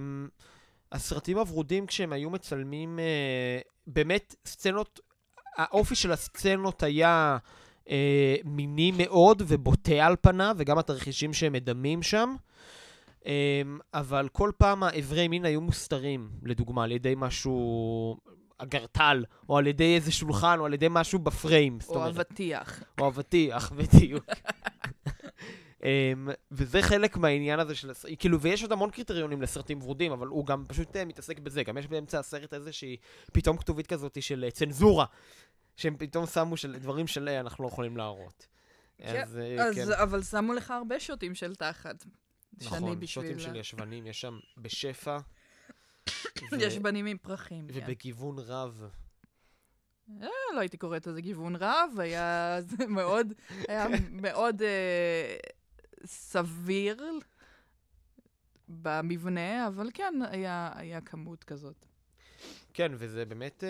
הסרטים הוורודים כשהם היו מצלמים, באמת סצנות, האופי של הסצנות היה מיני מאוד ובוטה על פניו, וגם התרחישים שהם מדמים שם. אבל כל פעם האיברי מין היו מוסתרים, לדוגמה, על ידי משהו, אגרטל, או על ידי איזה שולחן, או על ידי משהו בפריים. או אבטיח. או אבטיח, בדיוק. וזה חלק מהעניין הזה של כאילו, ויש עוד המון קריטריונים לסרטים ורודים, אבל הוא גם פשוט מתעסק בזה. גם יש באמצע הסרט איזושהי פתאום כתובית כזאת של צנזורה, שהם פתאום שמו של דברים של אנחנו לא יכולים להראות. אבל שמו לך הרבה שוטים של תחת. נכון, שוטים של ישבנים, יש שם בשפע. ישבנים עם פרחים. ובגיוון רב. לא הייתי קוראת לזה גיוון רב, היה מאוד סביר במבנה, אבל כן, היה כמות כזאת. כן, וזה באמת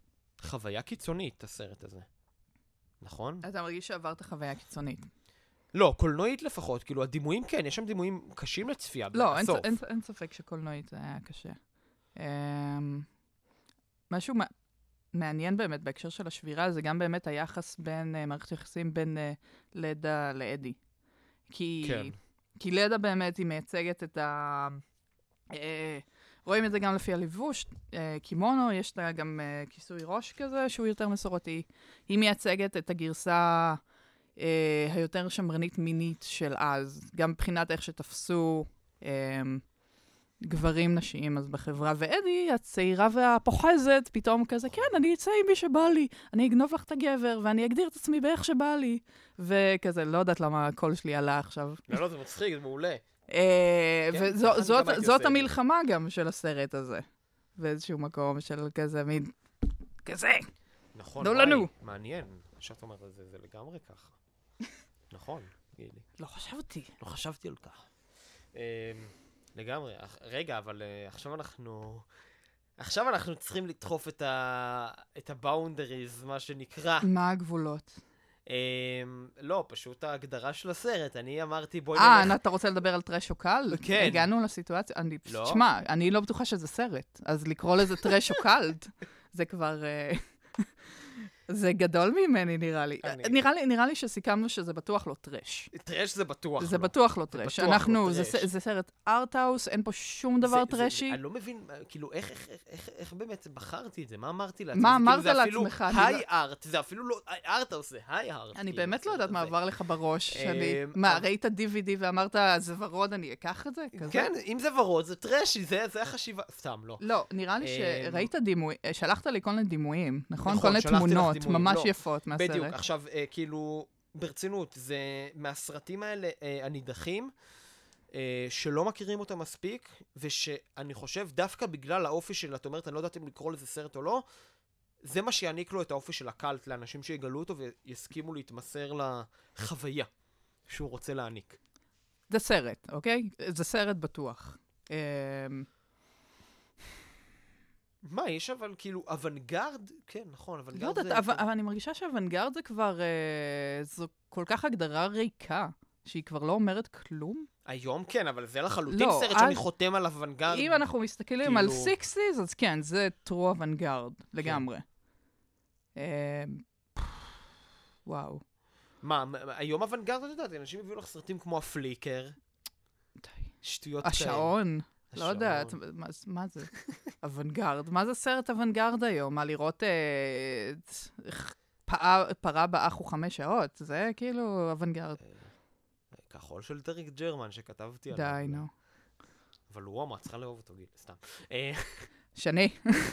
חוויה קיצונית, הסרט הזה. נכון? אתה מרגיש שעברת חוויה קיצונית. לא, קולנועית לפחות, כאילו הדימויים כן, יש שם דימויים קשים לצפייה. לא, אין ספק שקולנועית זה היה קשה. משהו מעניין באמת בהקשר של השבירה, זה גם באמת היחס בין מערכת יחסים בין לדה לאדי. כי לדה באמת היא מייצגת את רואים את זה גם לפי הלבוש, קימונו, יש לה גם כיסוי ראש כזה, שהוא יותר מסורתי. היא מייצגת את הגרסה היותר שמרנית מינית של אז, גם מבחינת איך שתפסו גברים נשיים אז בחברה, ואדי, הצעירה והפוחזת, פתאום כזה, כן, אני אצא עם מי שבא לי, אני אגנוב לך את הגבר, ואני אגדיר את עצמי באיך שבא לי. וכזה, לא יודעת למה הקול שלי עלה עכשיו. לא, זה מצחיק, זה מעולה. וזאת המלחמה גם של הסרט הזה. באיזשהו מקום של כזה, מין כזה. נכון, וואי, מעניין. שאת אומרת, זה לגמרי ככה. נכון, גילי. לא חשבתי על כך. לגמרי. רגע, אבל עכשיו אנחנו צריכים לדחוף את הבאונדריז, מה שנקרא. מה הגבולות? לא, פשוט ההגדרה של הסרט. אני אמרתי, בואי נלך... אתה רוצה לדבר על טרש או קל? כן. הגענו לסיטואציה. לא. תשמע, אני לא בטוחה שזה סרט, אז לקרוא לזה טרש או קלט, זה כבר... זה גדול ממני, נראה לי. נראה לי שסיכמנו שזה בטוח לא טרש. טרש זה בטוח לא. זה בטוח לא טרש. זה סרט ארטהאוס, אין פה שום דבר טרשי. אני לא מבין, כאילו, איך באמת בחרתי את זה? מה אמרתי לעצמי? מה אמרת לעצמך? זה אפילו היי ארט, זה אפילו לא ארטהאוס, זה היי ארט. אני באמת לא יודעת מה עבר לך בראש שלי. מה, ראית DVD ואמרת, זה ורוד, אני אקח את זה? כן, אם זה ורוד, זה טרשי, זה החשיבה. סתם, לא. לא, נראה לי שראית דימוי, שלחת לי כל מיני דימויים, נכון? כל מיני תמונות ממש יפות מהסרט. בדיוק, עכשיו, כאילו, ברצינות, זה מהסרטים האלה הנידחים, שלא מכירים אותם מספיק, ושאני חושב, דווקא בגלל האופי של, את אומרת, אני לא יודעת אם לקרוא לזה סרט או לא, זה מה שיעניק לו את האופי של הקלט, לאנשים שיגלו אותו ויסכימו להתמסר לחוויה שהוא רוצה להעניק. זה סרט, אוקיי? זה סרט בטוח. מה, יש אבל כאילו אוונגרד? כן, נכון, אוונגרד לא יודעת, אבל אני מרגישה שאוונגרד זה כבר, זו כל כך הגדרה ריקה, שהיא כבר לא אומרת כלום. היום כן, אבל זה לחלוטין סרט שאני חותם על אוונגרד. אם אנחנו מסתכלים על 60s, אז כן, זה טרו אוונגרד, לגמרי. וואו. מה, היום אוונגרד, אתה יודעת, אנשים הביאו לך סרטים כמו הפליקר. שטויות כאלה. השעון. לא יודעת, מה זה? אוונגרד. מה זה סרט אוונגרד היום? מה, לראות פרה באח הוא 5 שעות? זה כאילו אוונגרד. כחול של דריק ג'רמן שכתבתי עליו. די, נו. אבל הוא הומו, צריכה לאהוב אותו, גיל, סתם. שני.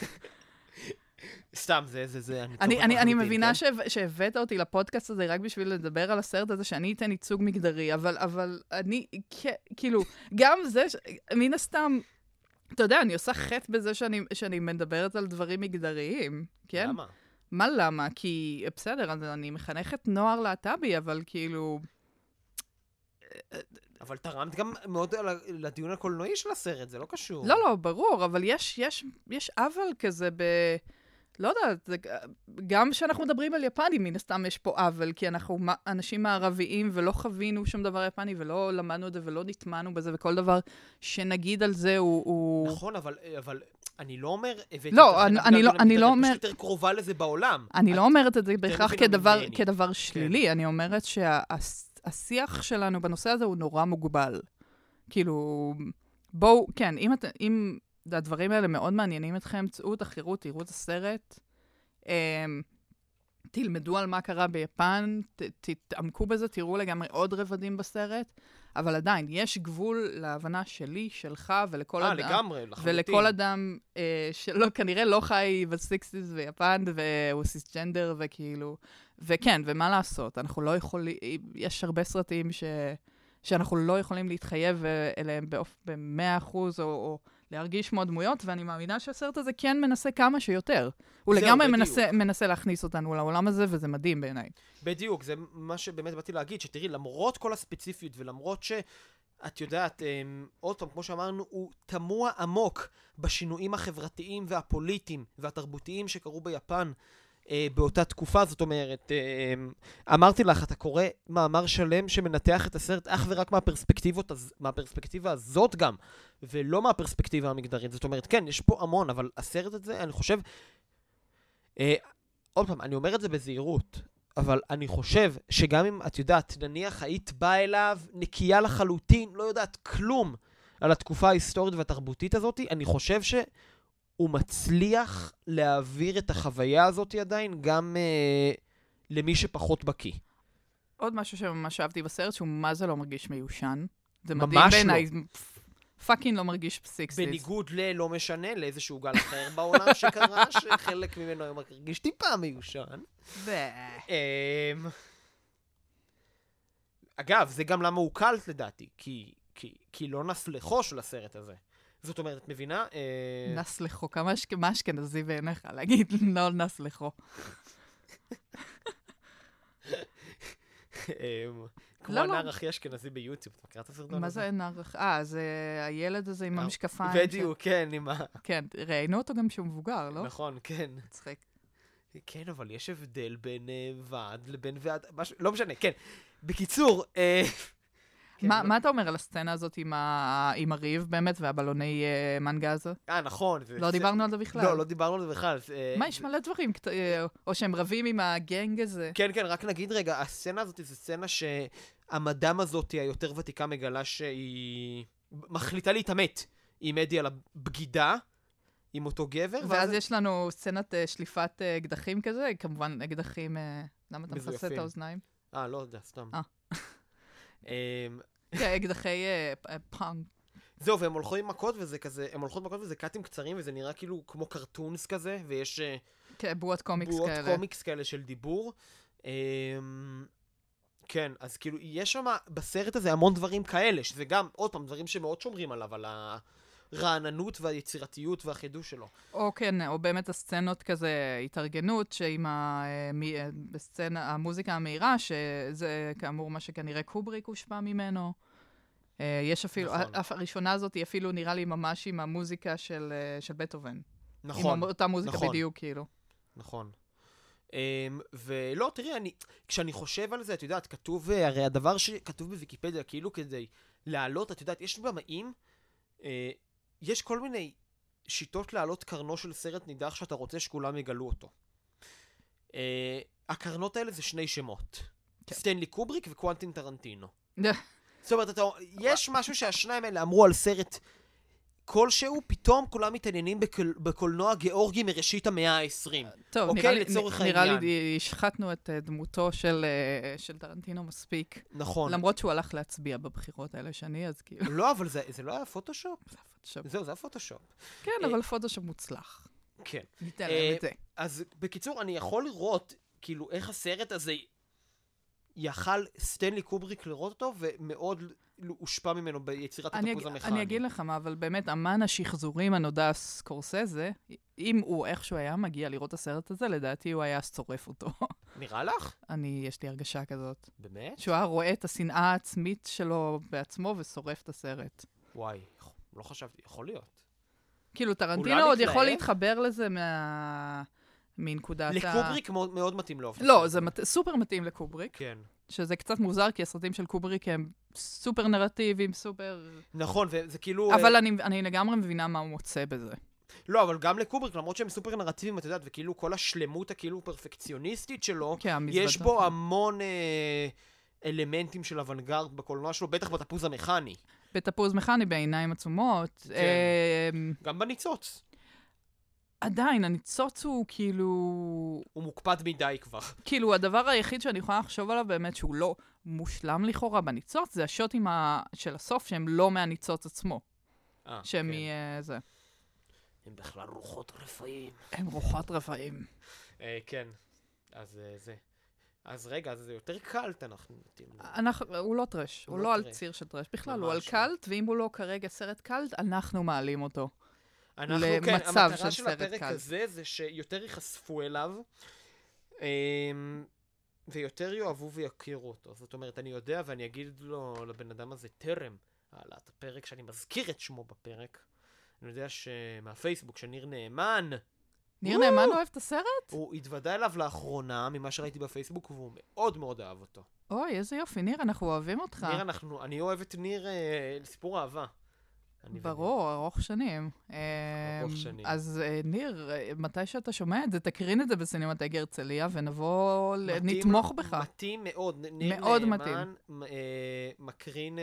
סתם, זה... אני מבינה שהבאת אותי לפודקאסט הזה רק בשביל לדבר על הסרט הזה, שאני אתן ייצוג מגדרי, אבל אני, כאילו, גם זה, מן הסתם, אתה יודע, אני עושה חטא בזה שאני מדברת על דברים מגדריים, כן? למה? מה למה? כי, בסדר, אני מחנכת נוער להט"בי, אבל כאילו... אבל תרמת גם מאוד לדיון הקולנועי של הסרט, זה לא קשור. לא, ברור, אבל יש עוול כזה לא יודעת, גם כשאנחנו מדברים על יפני, מן הסתם יש פה עוול, כי אנחנו אנשים מערביים ולא חווינו שום דבר יפני, ולא למדנו את זה ולא נטמענו בזה, וכל דבר שנגיד על זה הוא... נכון, אבל אני לא אומר... לא, אני לא אומר... את יותר קרובה לזה בעולם. אני לא אומרת את זה בהכרח כדבר שלילי, אני אומרת שהשיח שלנו בנושא הזה הוא נורא מוגבל. כאילו, בואו, כן, אם הדברים האלה מאוד מעניינים אתכם, צאו, תחקרו, תראו את הסרט, תלמדו על מה קרה ביפן, תתעמקו בזה, תראו לגמרי עוד רבדים בסרט, אבל עדיין, יש גבול להבנה שלי, שלך, ולכל אדם, לגמרי, לחלוטין. ולכל אדם שלא, כנראה לא חי בסיקסטיז ביפן, והוא סיסג'נדר, וכאילו, וכן, ומה לעשות? אנחנו לא יכולים, יש הרבה סרטים שאנחנו לא יכולים להתחייב אליהם ב-100% או להרגיש מאוד דמויות, ואני מאמינה שהסרט הזה כן מנסה כמה שיותר. הוא לגמרי מנסה להכניס אותנו לעולם הזה, וזה מדהים בעיניי. בדיוק, זה מה שבאמת באתי להגיד, שתראי, למרות כל הספציפיות, ולמרות שאת יודעת, עוד פעם, כמו שאמרנו, הוא תמוה עמוק בשינויים החברתיים והפוליטיים והתרבותיים שקרו ביפן, באותה תקופה, זאת אומרת, אמרתי לך, אתה קורא מאמר שלם שמנתח את הסרט אך ורק מהפרספקטיבה הזאת גם, ולא מהפרספקטיבה המגדרית. זאת אומרת, כן, יש פה המון, אבל הסרט הזה, אני חושב, עוד פעם, אני אומר את זה בזהירות, אבל אני חושב שגם אם את יודעת, נניח היית באה אליו נקייה לחלוטין, לא יודעת כלום על התקופה ההיסטורית והתרבותית הזאת, אני חושב שהוא מצליח להעביר את החוויה הזאת עדיין גם למי שפחות בקיא. עוד משהו שממש אהבתי בסרט, שהוא מה זה לא מרגיש מיושן. זה ממש מדהים בעיניי. לא. פאקינג לא מרגיש פסיקסיס. בניגוד לא משנה, לאיזשהו גל אחר בעולם שקרה, שחלק ממנו היום מרגיש טיפה מיושן. אגב, זה גם למה הוא קלט לדעתי, כי לא נס לחו של הסרט הזה. זאת אומרת, מבינה? נס לחו, מה אשכנזי בעיניך להגיד לא נס לחו. כמו הנער הכי אשכנזי ביוטיוב, אתה מכיר את הסרטון הזה? מה זה הנער? זה הילד הזה עם המשקפיים. בדיוק, כן, עם ה... כן, ראינו אותו גם שהוא מבוגר, לא? נכון, כן. צחק. כן, אבל יש הבדל בין ועד לבין ועד... לא משנה, כן. בקיצור... מה אתה אומר על הסצנה הזאת עם הריב באמת והבלוני מנגז? נכון. לא דיברנו על זה בכלל. לא דיברנו על זה בכלל. מה, יש מלא דברים, או שהם רבים עם הגנג הזה. כן, רק נגיד רגע, הסצנה הזאת זו סצנה שהמדאם הזאת היותר ותיקה מגלה שהיא מחליטה להתאמת עם אדי על הבגידה, עם אותו גבר. ואז יש לנו סצנת שליפת אקדחים כזה, כמובן אקדחים, למה אתה מכסה את האוזניים? לא יודע, סתם. כן, אקדחי פאנק. זהו, והם הולכות עם מכות וזה כזה, הם הולכות מכות וזה קאטים קצרים וזה נראה כאילו כמו קרטונס כזה, ויש... כן, בועות קומיקס כאלה. בועות קומיקס כאלה של דיבור. כן, אז כאילו, יש שם בסרט הזה המון דברים כאלה, שזה גם, עוד פעם, דברים שמאוד שומרים עליו, על הרעננות והיצירתיות והחידוש שלו. או כן, או באמת הסצנות כזה, התארגנות, שעם המוזיקה המהירה, שזה כאמור מה שכנראה קובריק הושפע ממנו. יש אפילו, הראשונה הזאת היא אפילו נראה לי ממש עם המוזיקה של בטהובן. נכון. עם אותה מוזיקה בדיוק, כאילו. נכון. ולא, תראי, כשאני חושב על זה, את יודעת, כתוב, הרי הדבר שכתוב בוויקיפדיה, כאילו כדי להעלות, את יודעת, יש במאים, יש כל מיני שיטות להעלות קרנו של סרט נידח שאתה רוצה שכולם יגלו אותו. הקרנות האלה זה שני שמות. סטנלי קובריק וקוונטין טרנטינו. זאת אומרת, יש משהו שהשניים האלה אמרו על סרט כלשהו, פתאום כולם מתעניינים בקולנוע גיאורגי מראשית המאה ה-20. טוב, נראה לי השחטנו את דמותו של טרנטינו מספיק. נכון. למרות שהוא הלך להצביע בבחירות האלה שני, אז כאילו... לא, אבל זה לא היה פוטושופ? זהו, זה היה פוטושופ. כן, אבל פוטושופ מוצלח. כן. ניתן להם את זה. אז בקיצור, אני יכול לראות, כאילו, איך הסרט הזה יכל סטנלי קובריק לראות אותו, ומאוד הושפע ממנו ביצירת התפוז המכני. אני אגיד לך מה, אבל באמת, אמן השחזורים הנודע סקורסזה, אם הוא איכשהו היה מגיע לראות את הסרט הזה, לדעתי הוא היה שורף אותו. נראה לך? יש לי הרגשה כזאת. באמת? שהוא היה רואה את השנאה העצמית שלו בעצמו ושורף את הסרט. וואי, לא חשבתי, יכול להיות. כאילו, טרנטינו עוד יכול להתחבר לזה מנקודת לקובריק מאוד מתאים לו. לא, זה סופר מתאים לקובריק. כן. שזה קצת מוזר, כי הסרטים של קובריק הם סופר נרטיביים, סופר... נכון, וזה כאילו... אבל אני לגמרי מבינה מה הוא מוצא בזה. לא, אבל גם לקובריק, למרות שהם סופר נרטיביים, את יודעת, וכאילו כל השלמות הכאילו פרפקציוניסטית שלו, יש בו המון אלמנטים של אוונגרד בקולנוע שלו, בטח בתפוז המכני. בתפוז מכני, בעיניים עצומות. כן. גם בניצוץ. עדיין, הניצוץ הוא כאילו... הוא מוקפד מדי כבר. כאילו, הדבר היחיד שאני יכולה לחשוב עליו באמת שהוא לא מושלם לכאורה בניצוץ, זה השוטים של הסוף שהם לא מהניצוץ עצמו. שהם זה. הם בכלל רוחות רפאים. הם רוחות רפאים. כן, אז זה. אז רגע, אז זה יותר קלט אנחנו נתאים. הוא לא טרש, הוא לא על ציר של טרש. בכלל, הוא על קלט, ואם הוא לא כרגע סרט קלט, אנחנו מעלים אותו. למצב של סרט קלט. הפרק הזה זה שיותר ייחשפו אליו, ויותר יאהבו ויכירו אותו. זאת אומרת, אני יודע ואני אגיד לו, לבן אדם הזה, טרם העלת הפרק, שאני מזכיר את שמו בפרק. אני יודע שמהפייסבוק, שניר נאמן ניר נאמן אוהב את הסרט? הוא התוודע אליו לאחרונה, ממה שראיתי בפייסבוק, והוא מאוד מאוד אהב אותו. אוי, איזה יופי, ניר, אנחנו אוהבים אותך. ניר, אני אוהב את ניר לסיפור אהבה. ברור, ארוך שנים. ארוך שנים. אז ניר, מתי שאתה שומע את זה, תקרין את זה בסינמטק הרצליה, ונבוא, נתמוך בך. מתאים מאוד. ניר מאוד נאמן מקרין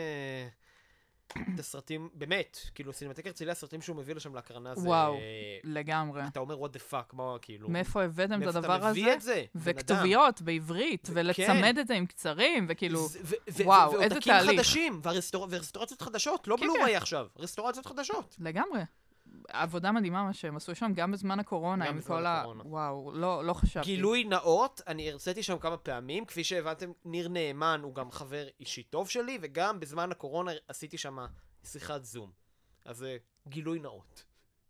את הסרטים, באמת, כאילו סינמטק הרצליה, הסרטים שהוא מביא לשם להקרנה זה... וואו, לגמרי. אתה אומר, what the fuck, מה כאילו... מאיפה הבאתם את הדבר הזה? מאיפה אתה מביא את זה? וכתוביות בעברית, ולצמד את זה עם קצרים, וכאילו, וואו, איזה תהליך. ועותקים חדשים, ורסטורציות חדשות, לא בלוריי עכשיו, רסטורציות חדשות. לגמרי. עבודה מדהימה מה שהם עשו שם, גם בזמן הקורונה, עם כל וואו, לא חשבתי. גילוי נאות, אני הרציתי שם כמה פעמים, כפי שהבנתם, ניר נאמן הוא גם חבר אישי טוב שלי, וגם בזמן הקורונה עשיתי שם שיחת זום. אז גילוי נאות.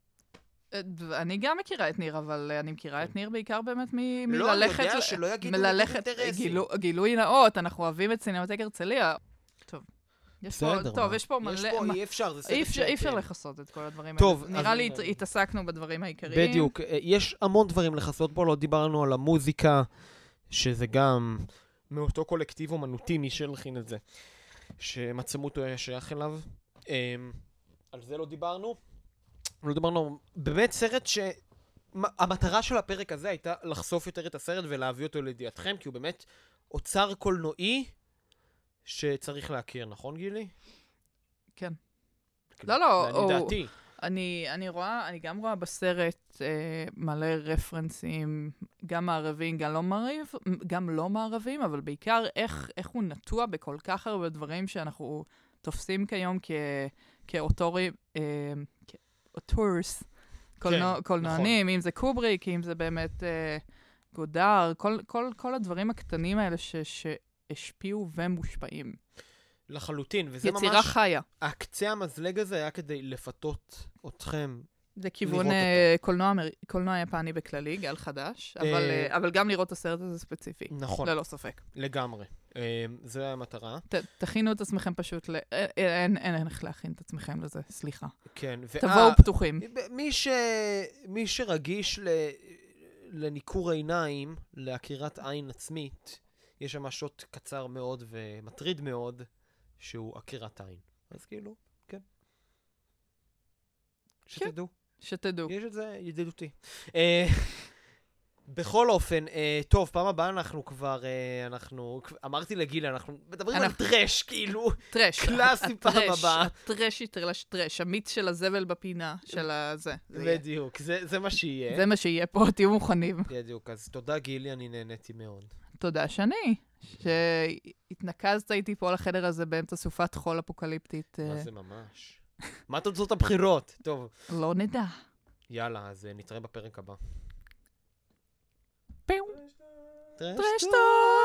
אני גם מכירה את ניר, אבל אני מכירה את ניר בעיקר באמת מללכת... לא, אני יודע שלא יגידו אינטרסים. גילוי נאות, אנחנו אוהבים את סינמטק הרצליה. טוב. טוב, יש פה מלא... אי אפשר, זה אי אפשר לחסות את כל הדברים האלה. טוב. נראה לי התעסקנו בדברים העיקריים. בדיוק. יש המון דברים לחסות פה, לא דיברנו על המוזיקה, שזה גם מאותו קולקטיב אומנותי, מי שהלחין את זה, שמצמות הוא היה שייך אליו. על זה לא דיברנו. לא דיברנו, באמת סרט המטרה של הפרק הזה הייתה לחשוף יותר את הסרט ולהביא אותו לידיעתכם, כי הוא באמת אוצר קולנועי, שצריך להכיר, נכון גילי? כן. לא, אני דעתי. אני גם רואה בסרט מלא רפרנסים, גם מערבים, גם לא מערבים, אבל בעיקר איך הוא נטוע בכל כך הרבה דברים שאנחנו תופסים כיום כאוטורים, כאוטורס, קולנוענים, אם זה קובריק, אם זה באמת גודר, כל הדברים הקטנים האלה השפיעו ומושפעים. לחלוטין, וזה ממש... יצירה חיה. הקצה המזלג הזה היה כדי לפתות אתכם זה כיוון קולנוע יפני בכללי, גל חדש, אבל גם לראות את הסרט הזה ספציפי. נכון. ללא ספק. לגמרי. זו המטרה. תכינו את עצמכם פשוט, אין איך להכין את עצמכם לזה, סליחה. כן. תבואו פתוחים. מי שרגיש לניקור עיניים, להכירת עין עצמית, יש שם שוט קצר מאוד ומטריד מאוד, שהוא עקירת עין. אז כאילו, כן. שתדעו. שתדעו. יש את זה ידידותי. בכל אופן, טוב, פעם הבאה אנחנו אמרתי לגילה, אנחנו מדברים על טרש, כאילו. טרש. קלאסי פעם הבאה. הטרש יתרלש טרש, המיץ של הזבל בפינה, של הזה. בדיוק, זה מה שיהיה. זה מה שיהיה פה, תהיו מוכנים. בדיוק, אז תודה גילי, אני נהניתי מאוד. תודה שני, שהתנקזת איתי פה לחדר הזה באמצע סופת חול אפוקליפטית. מה זה ממש? מה תוצאות הבחירות? טוב. לא נדע. יאללה, אז נתראה בפרק הבא. טרש טוב!